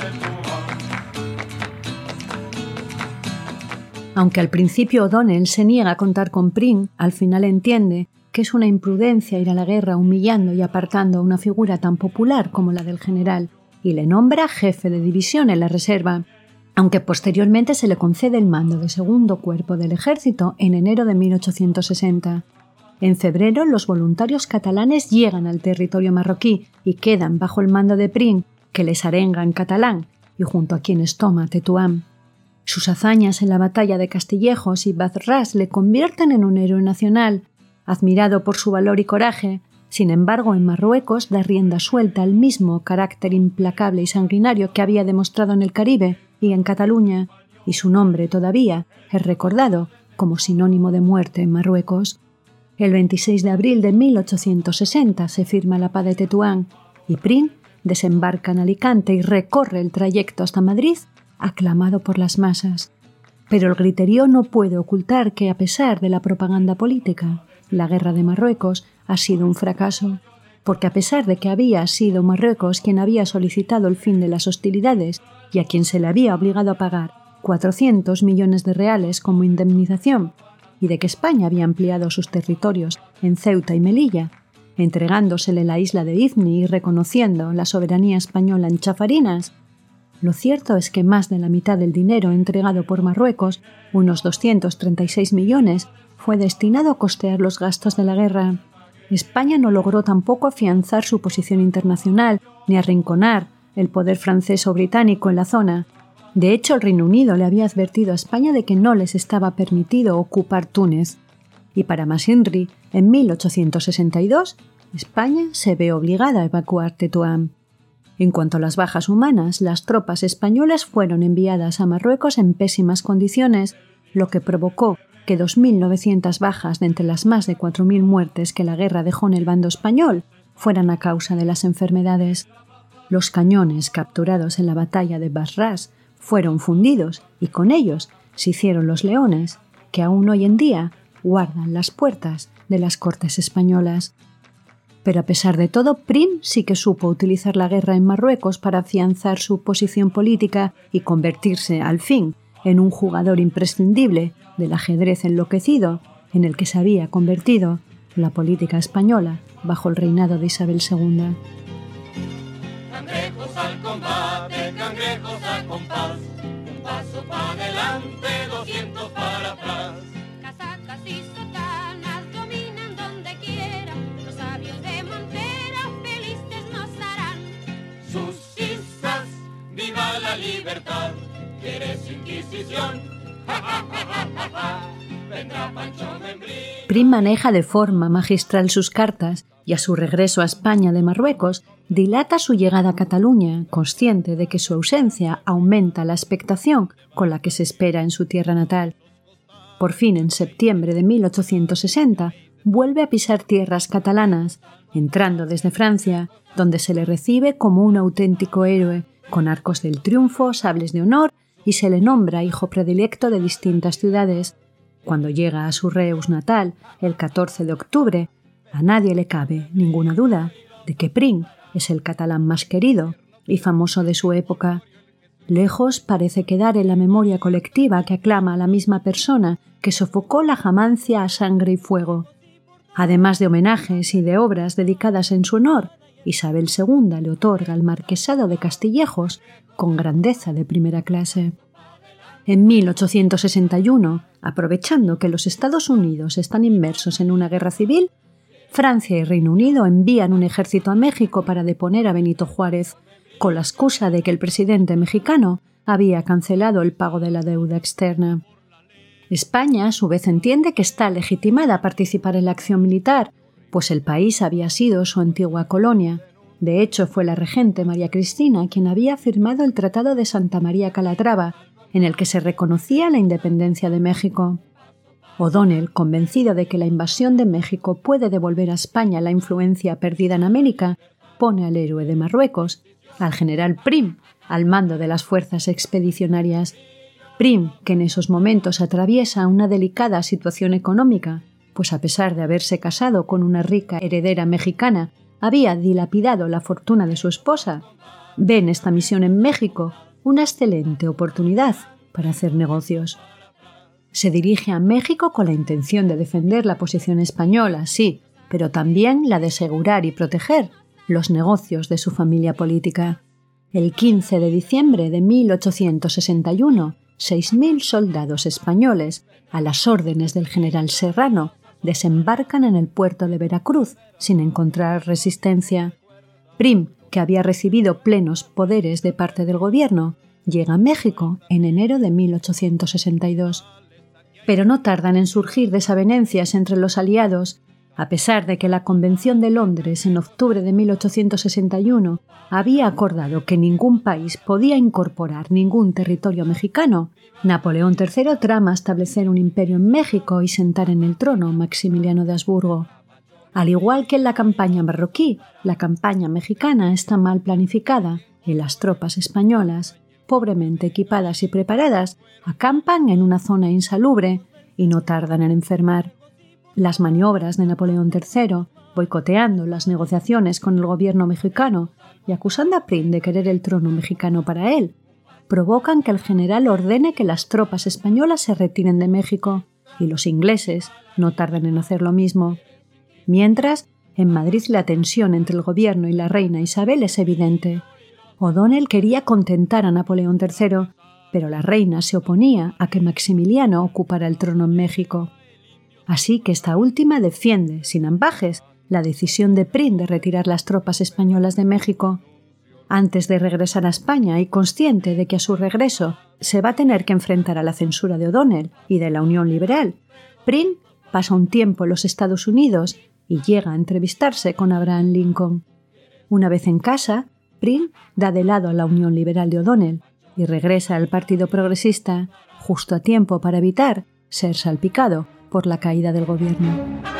Tetuán.
Aunque al principio O'Donnell se niega a contar con Prim, al final entiende que es una imprudencia ir a la guerra humillando y apartando a una figura tan popular como la del general, y le nombra jefe de división en la reserva, aunque posteriormente se le concede el mando de segundo cuerpo del ejército en enero de mil ochocientos sesenta. En febrero, los voluntarios catalanes llegan al territorio marroquí y quedan bajo el mando de Prim, que les arenga en catalán, y junto a quienes toma Tetuán. Sus hazañas en la batalla de Castillejos y Badr-Ras le convierten en un héroe nacional, admirado por su valor y coraje. Sin embargo, en Marruecos da rienda suelta al mismo carácter implacable y sanguinario que había demostrado en el Caribe y en Cataluña, y su nombre todavía es recordado como sinónimo de muerte en Marruecos. El veintiséis de abril de mil ochocientos sesenta se firma la paz de Tetuán y Prim desembarca en Alicante y recorre el trayecto hasta Madrid, aclamado por las masas. Pero el griterío no puede ocultar que, a pesar de la propaganda política, la guerra de Marruecos ha sido un fracaso, porque a pesar de que había sido Marruecos quien había solicitado el fin de las hostilidades y a quien se le había obligado a pagar cuatrocientos millones de reales como indemnización, y de que España había ampliado sus territorios en Ceuta y Melilla, entregándosele la isla de Ifni y reconociendo la soberanía española en Chafarinas, lo cierto es que más de la mitad del dinero entregado por Marruecos, unos doscientos treinta y seis millones, fue destinado a costear los gastos de la guerra. España no logró tampoco afianzar su posición internacional ni arrinconar el poder francés o británico en la zona. De hecho, el Reino Unido le había advertido a España de que no les estaba permitido ocupar Túnez. Y para Masinri, en mil ochocientos sesenta y dos, España se ve obligada a evacuar Tetuán. En cuanto a las bajas humanas, las tropas españolas fueron enviadas a Marruecos en pésimas condiciones, lo que provocó que dos mil novecientas bajas de entre las más de cuatro mil muertes que la guerra dejó en el bando español fueran a causa de las enfermedades. Los cañones capturados en la batalla de Badr-Ras fueron fundidos y con ellos se hicieron los leones, que aún hoy en día guardan las puertas de las cortes españolas. Pero a pesar de todo, Prim sí que supo utilizar la guerra en Marruecos para afianzar su posición política y convertirse, al fin, en un jugador imprescindible del ajedrez enloquecido en el que se había convertido la política española bajo el reinado de Isabel segunda.
Cangrejos al combate, cangrejos al compás, un paso para adelante, doscientos para atrás.
Casacas y sotanas dominan donde quiera, los sabios de Montera felices nos harán.
Sus isas, viva la libertad, ¿quieres inquisición? Ja, ja, ja, ja, ja, ja. Vendrá Pancho Membrín.
Prim maneja de forma magistral sus cartas y a su regreso a España de Marruecos dilata su llegada a Cataluña, consciente de que su ausencia aumenta la expectación con la que se espera en su tierra natal. Por fin, en septiembre de mil ochocientos sesenta, vuelve a pisar tierras catalanas, entrando desde Francia, donde se le recibe como un auténtico héroe, con arcos del triunfo, sables de honor, y se le nombra hijo predilecto de distintas ciudades. Cuando llega a su Reus natal, el catorce de octubre, a nadie le cabe ninguna duda de que Prim es el catalán más querido y famoso de su época. Lejos parece quedar en la memoria colectiva que aclama a la misma persona que sofocó la Jamancia a sangre y fuego. Además de homenajes y de obras dedicadas en su honor, Isabel segunda le otorga el marquesado de Castillejos con grandeza de primera clase. En mil ochocientos sesenta y uno, aprovechando que los Estados Unidos están inmersos en una guerra civil, Francia y Reino Unido envían un ejército a México para deponer a Benito Juárez, con la excusa de que el presidente mexicano había cancelado el pago de la deuda externa. España, a su vez, entiende que está legitimada a participar en la acción militar, pues el país había sido su antigua colonia. De hecho, fue la regente María Cristina quien había firmado el Tratado de Santa María Calatrava, en el que se reconocía la independencia de México. O'Donnell, convencido de que la invasión de México puede devolver a España la influencia perdida en América, pone al héroe de Marruecos, al general Prim, al mando de las fuerzas expedicionarias. Prim, que en esos momentos atraviesa una delicada situación económica, pues a pesar de haberse casado con una rica heredera mexicana, había dilapidado la fortuna de su esposa, ve en esta misión en México una excelente oportunidad para hacer negocios. Se dirige a México con la intención de defender la posición española, sí, pero también la de asegurar y proteger los negocios de su familia política. El quince de diciembre de mil ochocientos sesenta y uno, seis mil soldados españoles, a las órdenes del general Serrano, desembarcan en el puerto de Veracruz sin encontrar resistencia. Prim, que había recibido plenos poderes de parte del gobierno, llega a México en enero de mil ochocientos sesenta y dos. Pero no tardan en surgir desavenencias entre los aliados, a pesar de que la Convención de Londres en octubre de mil ochocientos sesenta y uno había acordado que ningún país podía incorporar ningún territorio mexicano. Napoleón tercero trama establecer un imperio en México y sentar en el trono a Maximiliano de Habsburgo. Al igual que en la campaña marroquí, la campaña mexicana está mal planificada y las tropas españolas, pobremente equipadas y preparadas, acampan en una zona insalubre y no tardan en enfermar. Las maniobras de Napoleón tercero, boicoteando las negociaciones con el gobierno mexicano y acusando a Prim de querer el trono mexicano para él, provocan que el general ordene que las tropas españolas se retiren de México y los ingleses no tardan en hacer lo mismo. Mientras, en Madrid la tensión entre el gobierno y la reina Isabel es evidente. O'Donnell quería contentar a Napoleón tercero, pero la reina se oponía a que Maximiliano ocupara el trono en México. Así que esta última defiende, sin ambajes, la decisión de Prim de retirar las tropas españolas de México. Antes de regresar a España y consciente de que a su regreso se va a tener que enfrentar a la censura de O'Donnell y de la Unión Liberal, Prim pasa un tiempo en los Estados Unidos y llega a entrevistarse con Abraham Lincoln. Una vez en casa, Prim da de lado a la Unión Liberal de O'Donnell y regresa al Partido Progresista justo a tiempo para evitar ser salpicado por la caída del gobierno.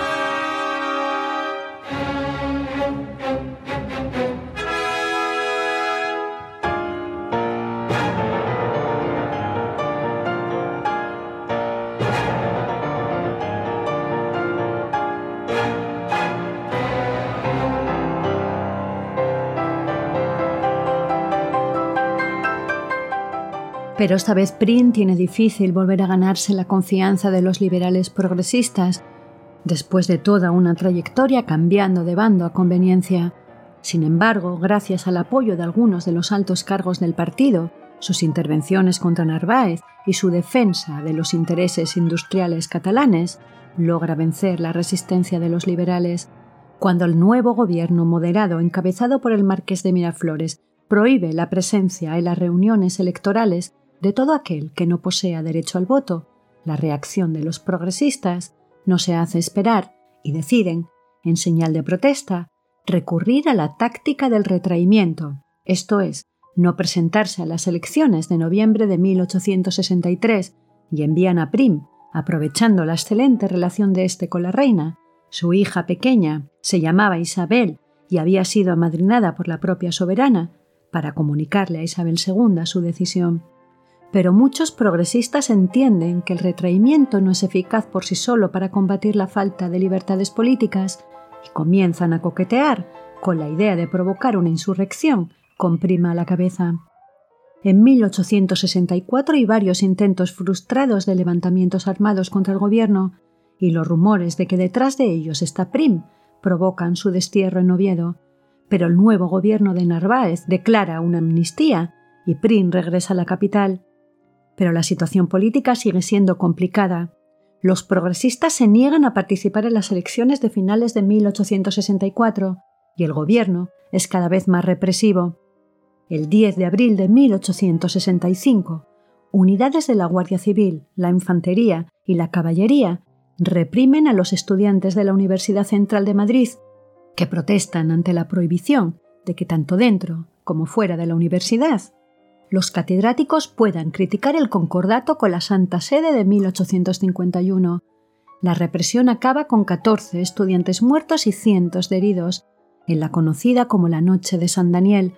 Pero esta vez Prim tiene difícil volver a ganarse la confianza de los liberales progresistas, después de toda una trayectoria cambiando de bando a conveniencia. Sin embargo, gracias al apoyo de algunos de los altos cargos del partido, sus intervenciones contra Narváez y su defensa de los intereses industriales catalanes, logra vencer la resistencia de los liberales. Cuando el nuevo gobierno moderado, encabezado por el marqués de Miraflores, prohíbe la presencia en las reuniones electorales de todo aquel que no posea derecho al voto, la reacción de los progresistas no se hace esperar y deciden, en señal de protesta, recurrir a la táctica del retraimiento, esto es, no presentarse a las elecciones de noviembre de mil ochocientos sesenta y tres y envían a Prim, aprovechando la excelente relación de éste con la reina. Su hija pequeña se llamaba Isabel y había sido amadrinada por la propia soberana para comunicarle a Isabel segunda su decisión. Pero muchos progresistas entienden que el retraimiento no es eficaz por sí solo para combatir la falta de libertades políticas y comienzan a coquetear con la idea de provocar una insurrección con Prim a la cabeza. En mil ochocientos sesenta y cuatro hay varios intentos frustrados de levantamientos armados contra el gobierno y los rumores de que detrás de ellos está Prim provocan su destierro en Oviedo, pero el nuevo gobierno de Narváez declara una amnistía y Prim regresa a la capital. Pero la situación política sigue siendo complicada. Los progresistas se niegan a participar en las elecciones de finales de mil ochocientos sesenta y cuatro y el gobierno es cada vez más represivo. El diez de abril de mil ochocientos sesenta y cinco, unidades de la Guardia Civil, la Infantería y la Caballería reprimen a los estudiantes de la Universidad Central de Madrid, que protestan ante la prohibición de que tanto dentro como fuera de la universidad los catedráticos puedan criticar el concordato con la Santa Sede de mil ochocientos cincuenta y uno. La represión acaba con catorce estudiantes muertos y cientos de heridos, en la conocida como la Noche de San Daniel.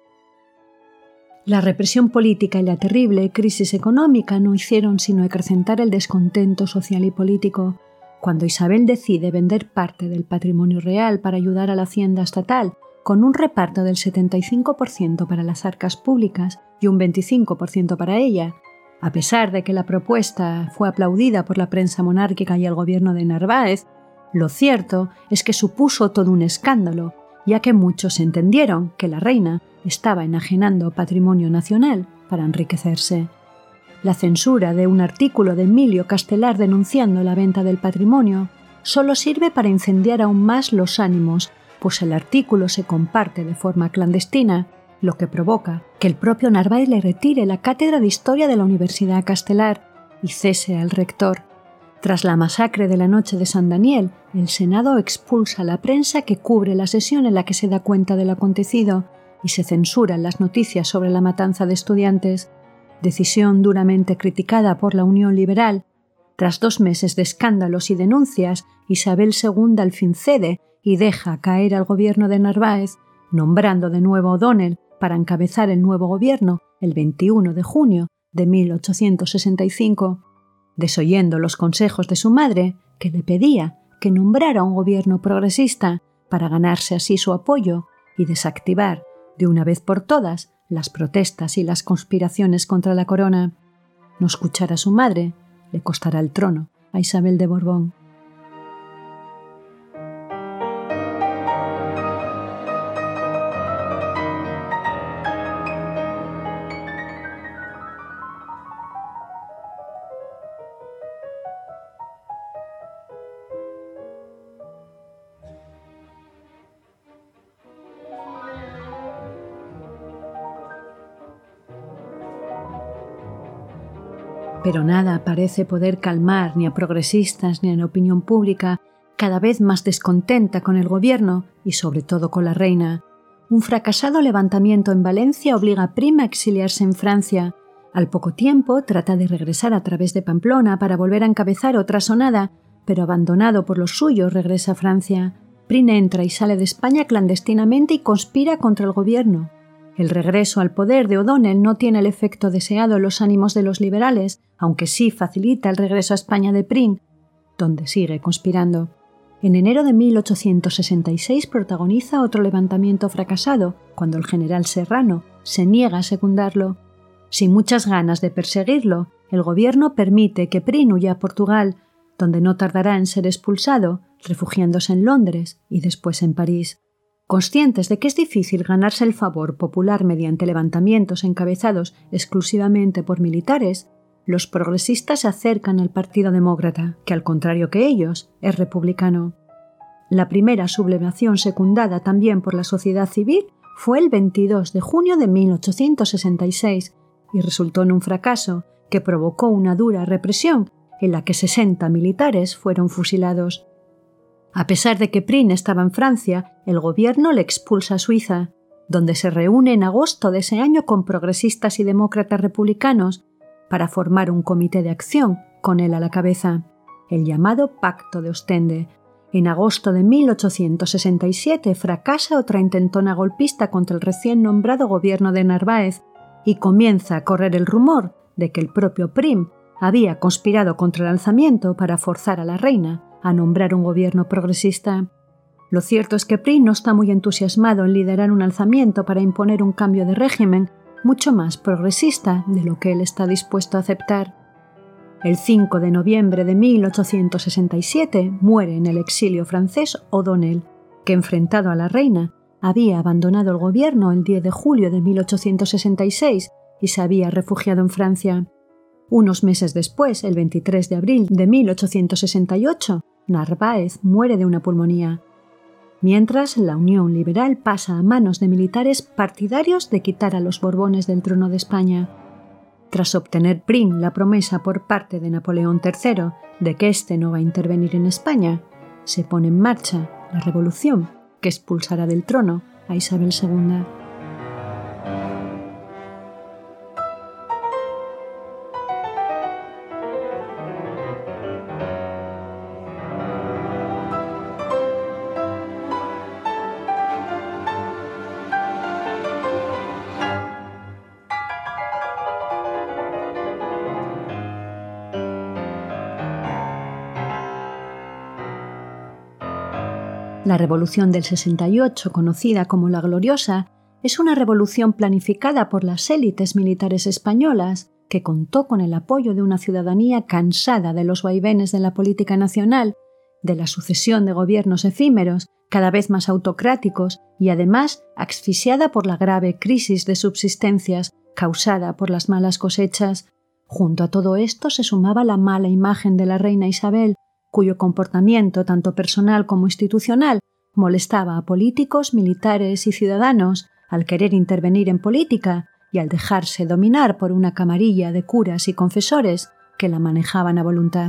La represión política y la terrible crisis económica no hicieron sino acrecentar el descontento social y político. Cuando Isabel decide vender parte del patrimonio real para ayudar a la hacienda estatal, con un reparto del setenta y cinco por ciento para las arcas públicas y un veinticinco por ciento para ella, a pesar de que la propuesta fue aplaudida por la prensa monárquica y el gobierno de Narváez, lo cierto es que supuso todo un escándalo, ya que muchos entendieron que la reina estaba enajenando patrimonio nacional para enriquecerse. La censura de un artículo de Emilio Castelar denunciando la venta del patrimonio solo sirve para incendiar aún más los ánimos, pues el artículo se comparte de forma clandestina, lo que provoca que el propio Narváez le retire la cátedra de Historia de la Universidad Castelar y cese al rector. Tras la masacre de la Noche de San Daniel, el Senado expulsa a la prensa que cubre la sesión en la que se da cuenta del acontecido y se censuran las noticias sobre la matanza de estudiantes, decisión duramente criticada por la Unión Liberal. Tras dos meses de escándalos y denuncias, Isabel segunda al fin cede y deja caer al gobierno de Narváez, nombrando de nuevo a O'Donnell para encabezar el nuevo gobierno el veintiuno de junio de mil ochocientos sesenta y cinco, desoyendo los consejos de su madre, que le pedía que nombrara un gobierno progresista para ganarse así su apoyo y desactivar de una vez por todas las protestas y las conspiraciones contra la corona. No escuchar a su madre le costará el trono a Isabel de Borbón. Pero nada parece poder calmar ni a progresistas ni a la opinión pública, cada vez más descontenta con el gobierno y sobre todo con la reina. Un fracasado levantamiento en Valencia obliga a Prim a exiliarse en Francia. Al poco tiempo trata de regresar a través de Pamplona para volver a encabezar otra sonada, pero abandonado por los suyos regresa a Francia. Prim entra y sale de España clandestinamente y conspira contra el gobierno. El regreso al poder de O'Donnell no tiene el efecto deseado en los ánimos de los liberales, aunque sí facilita el regreso a España de Prim, donde sigue conspirando. En enero de mil ochocientos sesenta y seis protagoniza otro levantamiento fracasado, cuando el general Serrano se niega a secundarlo. Sin muchas ganas de perseguirlo, el gobierno permite que Prim huya a Portugal, donde no tardará en ser expulsado, refugiándose en Londres y después en París. Conscientes de que es difícil ganarse el favor popular mediante levantamientos encabezados exclusivamente por militares, los progresistas se acercan al Partido Demócrata, que al contrario que ellos, es republicano. La primera sublevación secundada también por la sociedad civil fue el veintidós de junio de mil ochocientos sesenta y seis y resultó en un fracaso que provocó una dura represión en la que sesenta militares fueron fusilados. A pesar de que Prim estaba en Francia, el gobierno le expulsa a Suiza, donde se reúne en agosto de ese año con progresistas y demócratas republicanos para formar un comité de acción con él a la cabeza, el llamado Pacto de Ostende. En agosto de mil ochocientos sesenta y siete fracasa otra intentona golpista contra el recién nombrado gobierno de Narváez y comienza a correr el rumor de que el propio Prim había conspirado contra el alzamiento para forzar a la reina a nombrar un gobierno progresista. Lo cierto es que Prim no está muy entusiasmado en liderar un alzamiento para imponer un cambio de régimen mucho más progresista de lo que él está dispuesto a aceptar. El cinco de noviembre de mil ochocientos sesenta y siete muere en el exilio francés O'Donnell, que enfrentado a la reina había abandonado el gobierno el diez de julio de mil ochocientos sesenta y seis y se había refugiado en Francia. Unos meses después, el veintitrés de abril de mil ochocientos sesenta y ocho, Narváez muere de una pulmonía. Mientras, la Unión Liberal pasa a manos de militares partidarios de quitar a los Borbones del trono de España. Tras obtener Prim la promesa por parte de Napoleón tercero de que éste no va a intervenir en España, se pone en marcha la revolución que expulsará del trono a Isabel segunda. La Revolución del sesenta y ocho, conocida como la Gloriosa, es una revolución planificada por las élites militares españolas que contó con el apoyo de una ciudadanía cansada de los vaivenes de la política nacional, de la sucesión de gobiernos efímeros, cada vez más autocráticos y además asfixiada por la grave crisis de subsistencias causada por las malas cosechas. Junto a todo esto se sumaba la mala imagen de la reina Isabel, cuyo comportamiento, tanto personal como institucional, molestaba a políticos, militares y ciudadanos al querer intervenir en política y al dejarse dominar por una camarilla de curas y confesores que la manejaban a voluntad.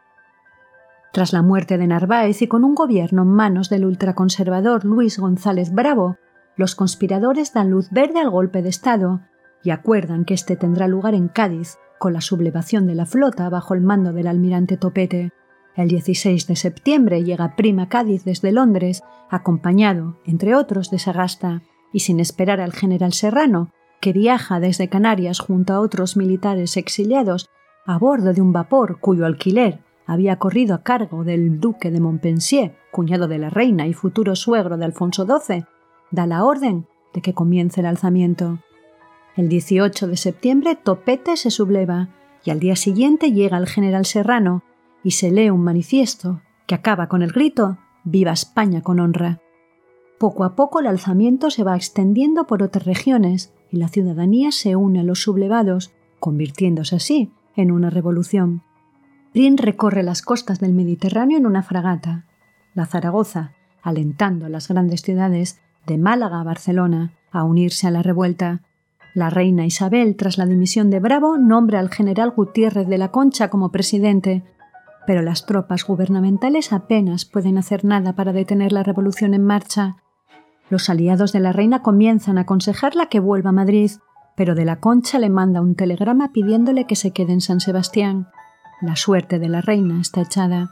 Tras la muerte de Narváez y con un gobierno en manos del ultraconservador Luis González Bravo, los conspiradores dan luz verde al golpe de Estado y acuerdan que este tendrá lugar en Cádiz, con la sublevación de la flota bajo el mando del almirante Topete. El dieciséis de septiembre llega Prim a Cádiz desde Londres, acompañado, entre otros, de Sagasta, y sin esperar al general Serrano, que viaja desde Canarias junto a otros militares exiliados a bordo de un vapor cuyo alquiler había corrido a cargo del duque de Montpensier, cuñado de la reina y futuro suegro de Alfonso doce, da la orden de que comience el alzamiento. El dieciocho de septiembre Topete se subleva y al día siguiente llega el general Serrano y se lee un manifiesto que acaba con el grito «Viva España con honra». Poco a poco el alzamiento se va extendiendo por otras regiones y la ciudadanía se une a los sublevados, convirtiéndose así en una revolución. Prim recorre las costas del Mediterráneo en una fragata, la Zaragoza, alentando a las grandes ciudades de Málaga a Barcelona a unirse a la revuelta. La reina Isabel, tras la dimisión de Bravo, nombra al general Gutiérrez de la Concha como presidente, pero las tropas gubernamentales apenas pueden hacer nada para detener la revolución en marcha. Los aliados de la reina comienzan a aconsejarla que vuelva a Madrid, pero de la Concha le manda un telegrama pidiéndole que se quede en San Sebastián. La suerte de la reina está echada.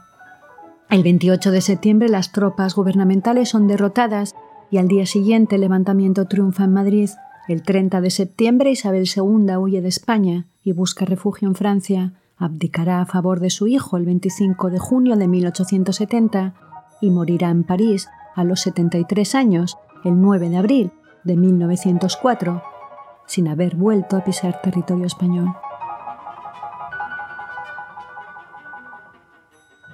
El veintiocho de septiembre las tropas gubernamentales son derrotadas y al día siguiente el levantamiento triunfa en Madrid. El treinta de septiembre Isabel segunda huye de España y busca refugio en Francia. Abdicará a favor de su hijo el veinticinco de junio de mil ochocientos setenta y morirá en París a los setenta y tres años el nueve de abril de mil novecientos cuatro, sin haber vuelto a pisar territorio español.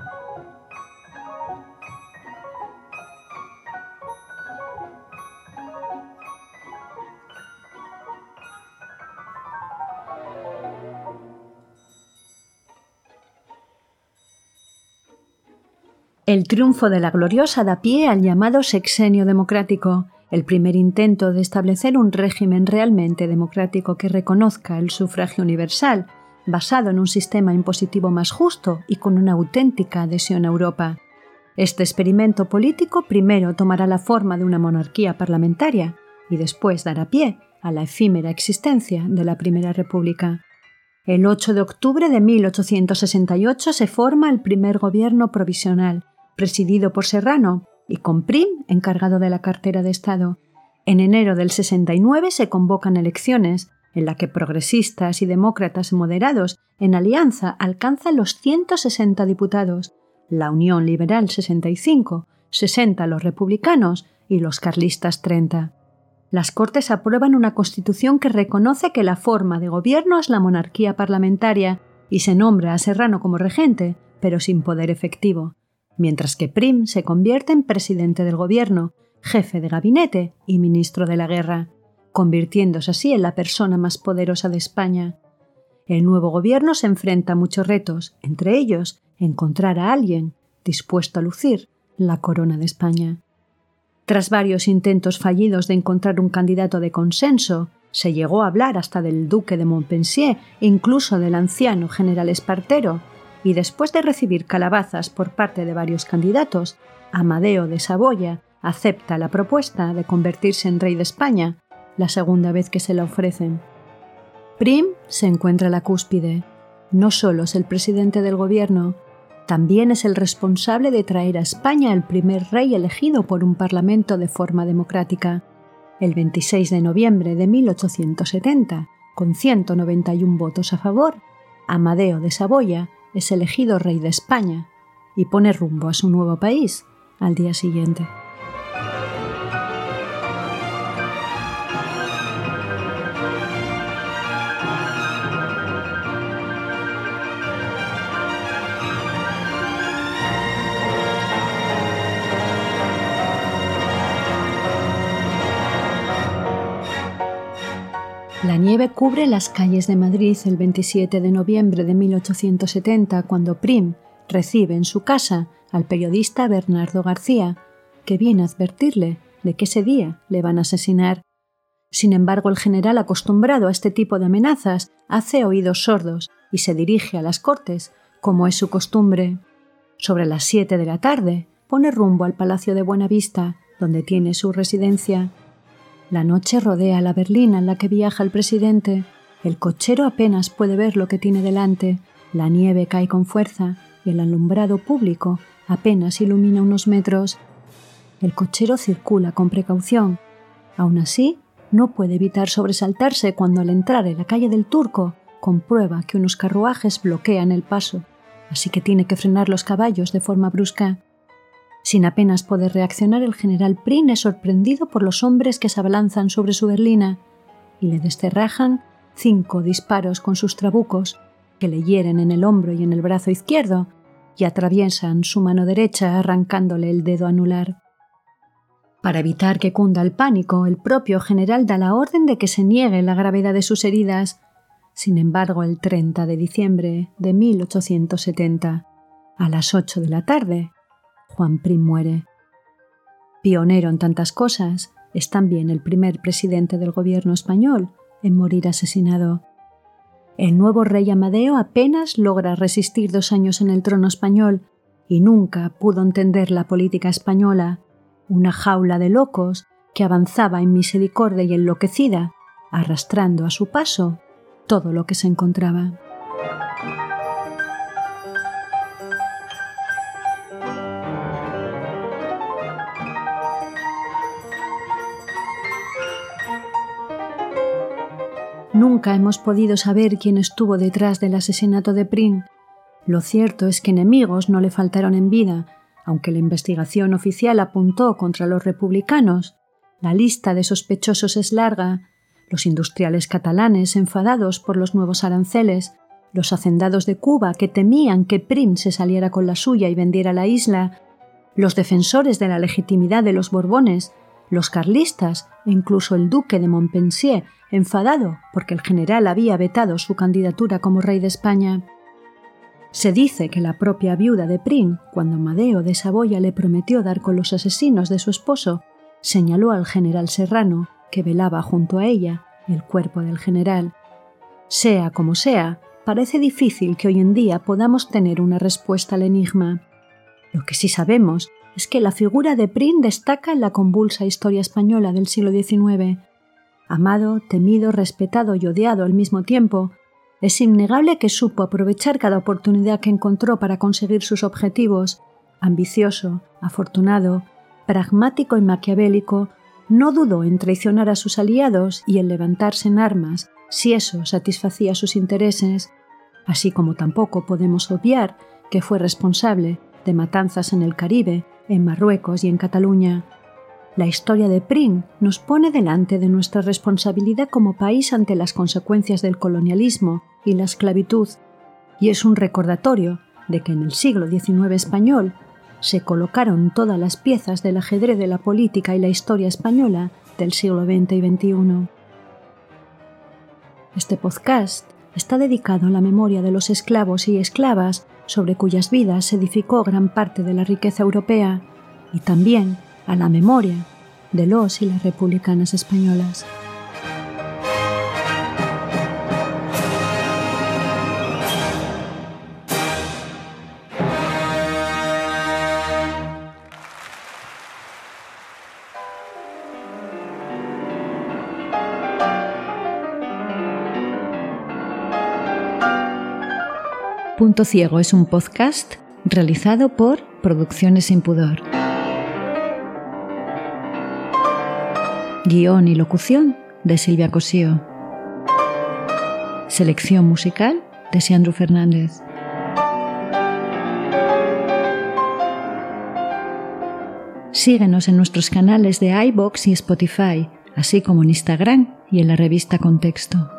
El triunfo de la Gloriosa da pie al llamado Sexenio Democrático, el primer intento de establecer un régimen realmente democrático que reconozca el sufragio universal, basado en un sistema impositivo más justo y con una auténtica adhesión a Europa. Este experimento político primero tomará la forma de una monarquía parlamentaria y después dará pie a la efímera existencia de la Primera República. El ocho de octubre de mil ochocientos sesenta y ocho se forma el primer gobierno provisional, presidido por Serrano, y con Prim encargado de la cartera de Estado. En enero del sesenta y nueve se convocan elecciones, en las que progresistas y demócratas moderados en alianza alcanzan los ciento sesenta diputados, la Unión Liberal sesenta y cinco, sesenta los republicanos y los carlistas treinta. Las Cortes aprueban una constitución que reconoce que la forma de gobierno es la monarquía parlamentaria y se nombra a Serrano como regente, pero sin poder efectivo, mientras que Prim se convierte en presidente del gobierno, jefe de gabinete y ministro de la guerra, convirtiéndose así en la persona más poderosa de España. El nuevo gobierno se enfrenta a muchos retos, entre ellos encontrar a alguien dispuesto a lucir la corona de España. Tras varios intentos fallidos de encontrar un candidato de consenso, se llegó a hablar hasta del duque de Montpensier e incluso del anciano general Espartero, y después de recibir calabazas por parte de varios candidatos, Amadeo de Saboya acepta la propuesta de convertirse en rey de España, la segunda vez que se la ofrecen. Prim se encuentra a la cúspide. No solo es el presidente del gobierno, también es el responsable de traer a España al primer rey elegido por un parlamento de forma democrática. El veintiséis de noviembre de mil ochocientos setenta, con ciento noventa y uno votos a favor, Amadeo de Saboya es elegido rey de España y pone rumbo a su nuevo país al día siguiente. La nieve cubre las calles de Madrid el veintisiete de noviembre de mil ochocientos setenta, cuando Prim recibe en su casa al periodista Bernardo García, que viene a advertirle de que ese día le van a asesinar. Sin embargo, el general, acostumbrado a este tipo de amenazas, hace oídos sordos y se dirige a las Cortes, como es su costumbre. Sobre las siete de la tarde, pone rumbo al Palacio de Buenavista, donde tiene su residencia. La noche rodea la berlina en la que viaja el presidente. El cochero apenas puede ver lo que tiene delante. La nieve cae con fuerza y el alumbrado público apenas ilumina unos metros. El cochero circula con precaución. Aún así, no puede evitar sobresaltarse cuando al entrar en la calle del Turco comprueba que unos carruajes bloquean el paso, así que tiene que frenar los caballos de forma brusca. Sin apenas poder reaccionar, el general Prim es sorprendido por los hombres que se abalanzan sobre su berlina y le descerrajan cinco disparos con sus trabucos, que le hieren en el hombro y en el brazo izquierdo y atraviesan su mano derecha arrancándole el dedo anular. Para evitar que cunda el pánico, el propio general da la orden de que se niegue la gravedad de sus heridas. Sin embargo, el treinta de diciembre de mil ochocientos setenta, a las ocho de la tarde, Juan Prim muere. Pionero en tantas cosas, es también el primer presidente del gobierno español en morir asesinado. El nuevo rey Amadeo apenas logra resistir dos años en el trono español y nunca pudo entender la política española, una jaula de locos que avanzaba en misericordia y enloquecida, arrastrando a su paso todo lo que se encontraba. Nunca hemos podido saber quién estuvo detrás del asesinato de Prim. Lo cierto es que enemigos no le faltaron en vida, aunque la investigación oficial apuntó contra los republicanos. La lista de sospechosos es larga: los industriales catalanes enfadados por los nuevos aranceles, los hacendados de Cuba que temían que Prim se saliera con la suya y vendiera la isla, los defensores de la legitimidad de los Borbones, los carlistas e incluso el duque de Montpensier, enfadado porque el general había vetado su candidatura como rey de España. Se dice que la propia viuda de Prim, cuando Amadeo de Saboya le prometió dar con los asesinos de su esposo, señaló al general Serrano, que velaba junto a ella, el cuerpo del general. Sea como sea, parece difícil que hoy en día podamos tener una respuesta al enigma. Lo que sí sabemos es que la figura de Prim destaca en la convulsa historia española del siglo diecinueve. Amado, temido, respetado y odiado al mismo tiempo, es innegable que supo aprovechar cada oportunidad que encontró para conseguir sus objetivos. Ambicioso, afortunado, pragmático y maquiavélico, no dudó en traicionar a sus aliados y en levantarse en armas si eso satisfacía sus intereses, así como tampoco podemos obviar que fue responsable de matanzas en el Caribe, en Marruecos y en Cataluña. La historia de Prim nos pone delante de nuestra responsabilidad como país ante las consecuencias del colonialismo y la esclavitud, y es un recordatorio de que en el siglo diecinueve español se colocaron todas las piezas del ajedrez de la política y la historia española del siglo veinte y veintiuno. Este podcast está dedicado a la memoria de los esclavos y esclavas sobre cuyas vidas se edificó gran parte de la riqueza europea, y también a la memoria de los y las republicanas españolas. Punto Ciego es un podcast realizado por Producciones Sin Pudor. Guión y locución de Silvia Cosío. Selección musical de Sandro Fernández. Síguenos en nuestros canales de iVoox y Spotify, así como en Instagram y en la revista Contexto.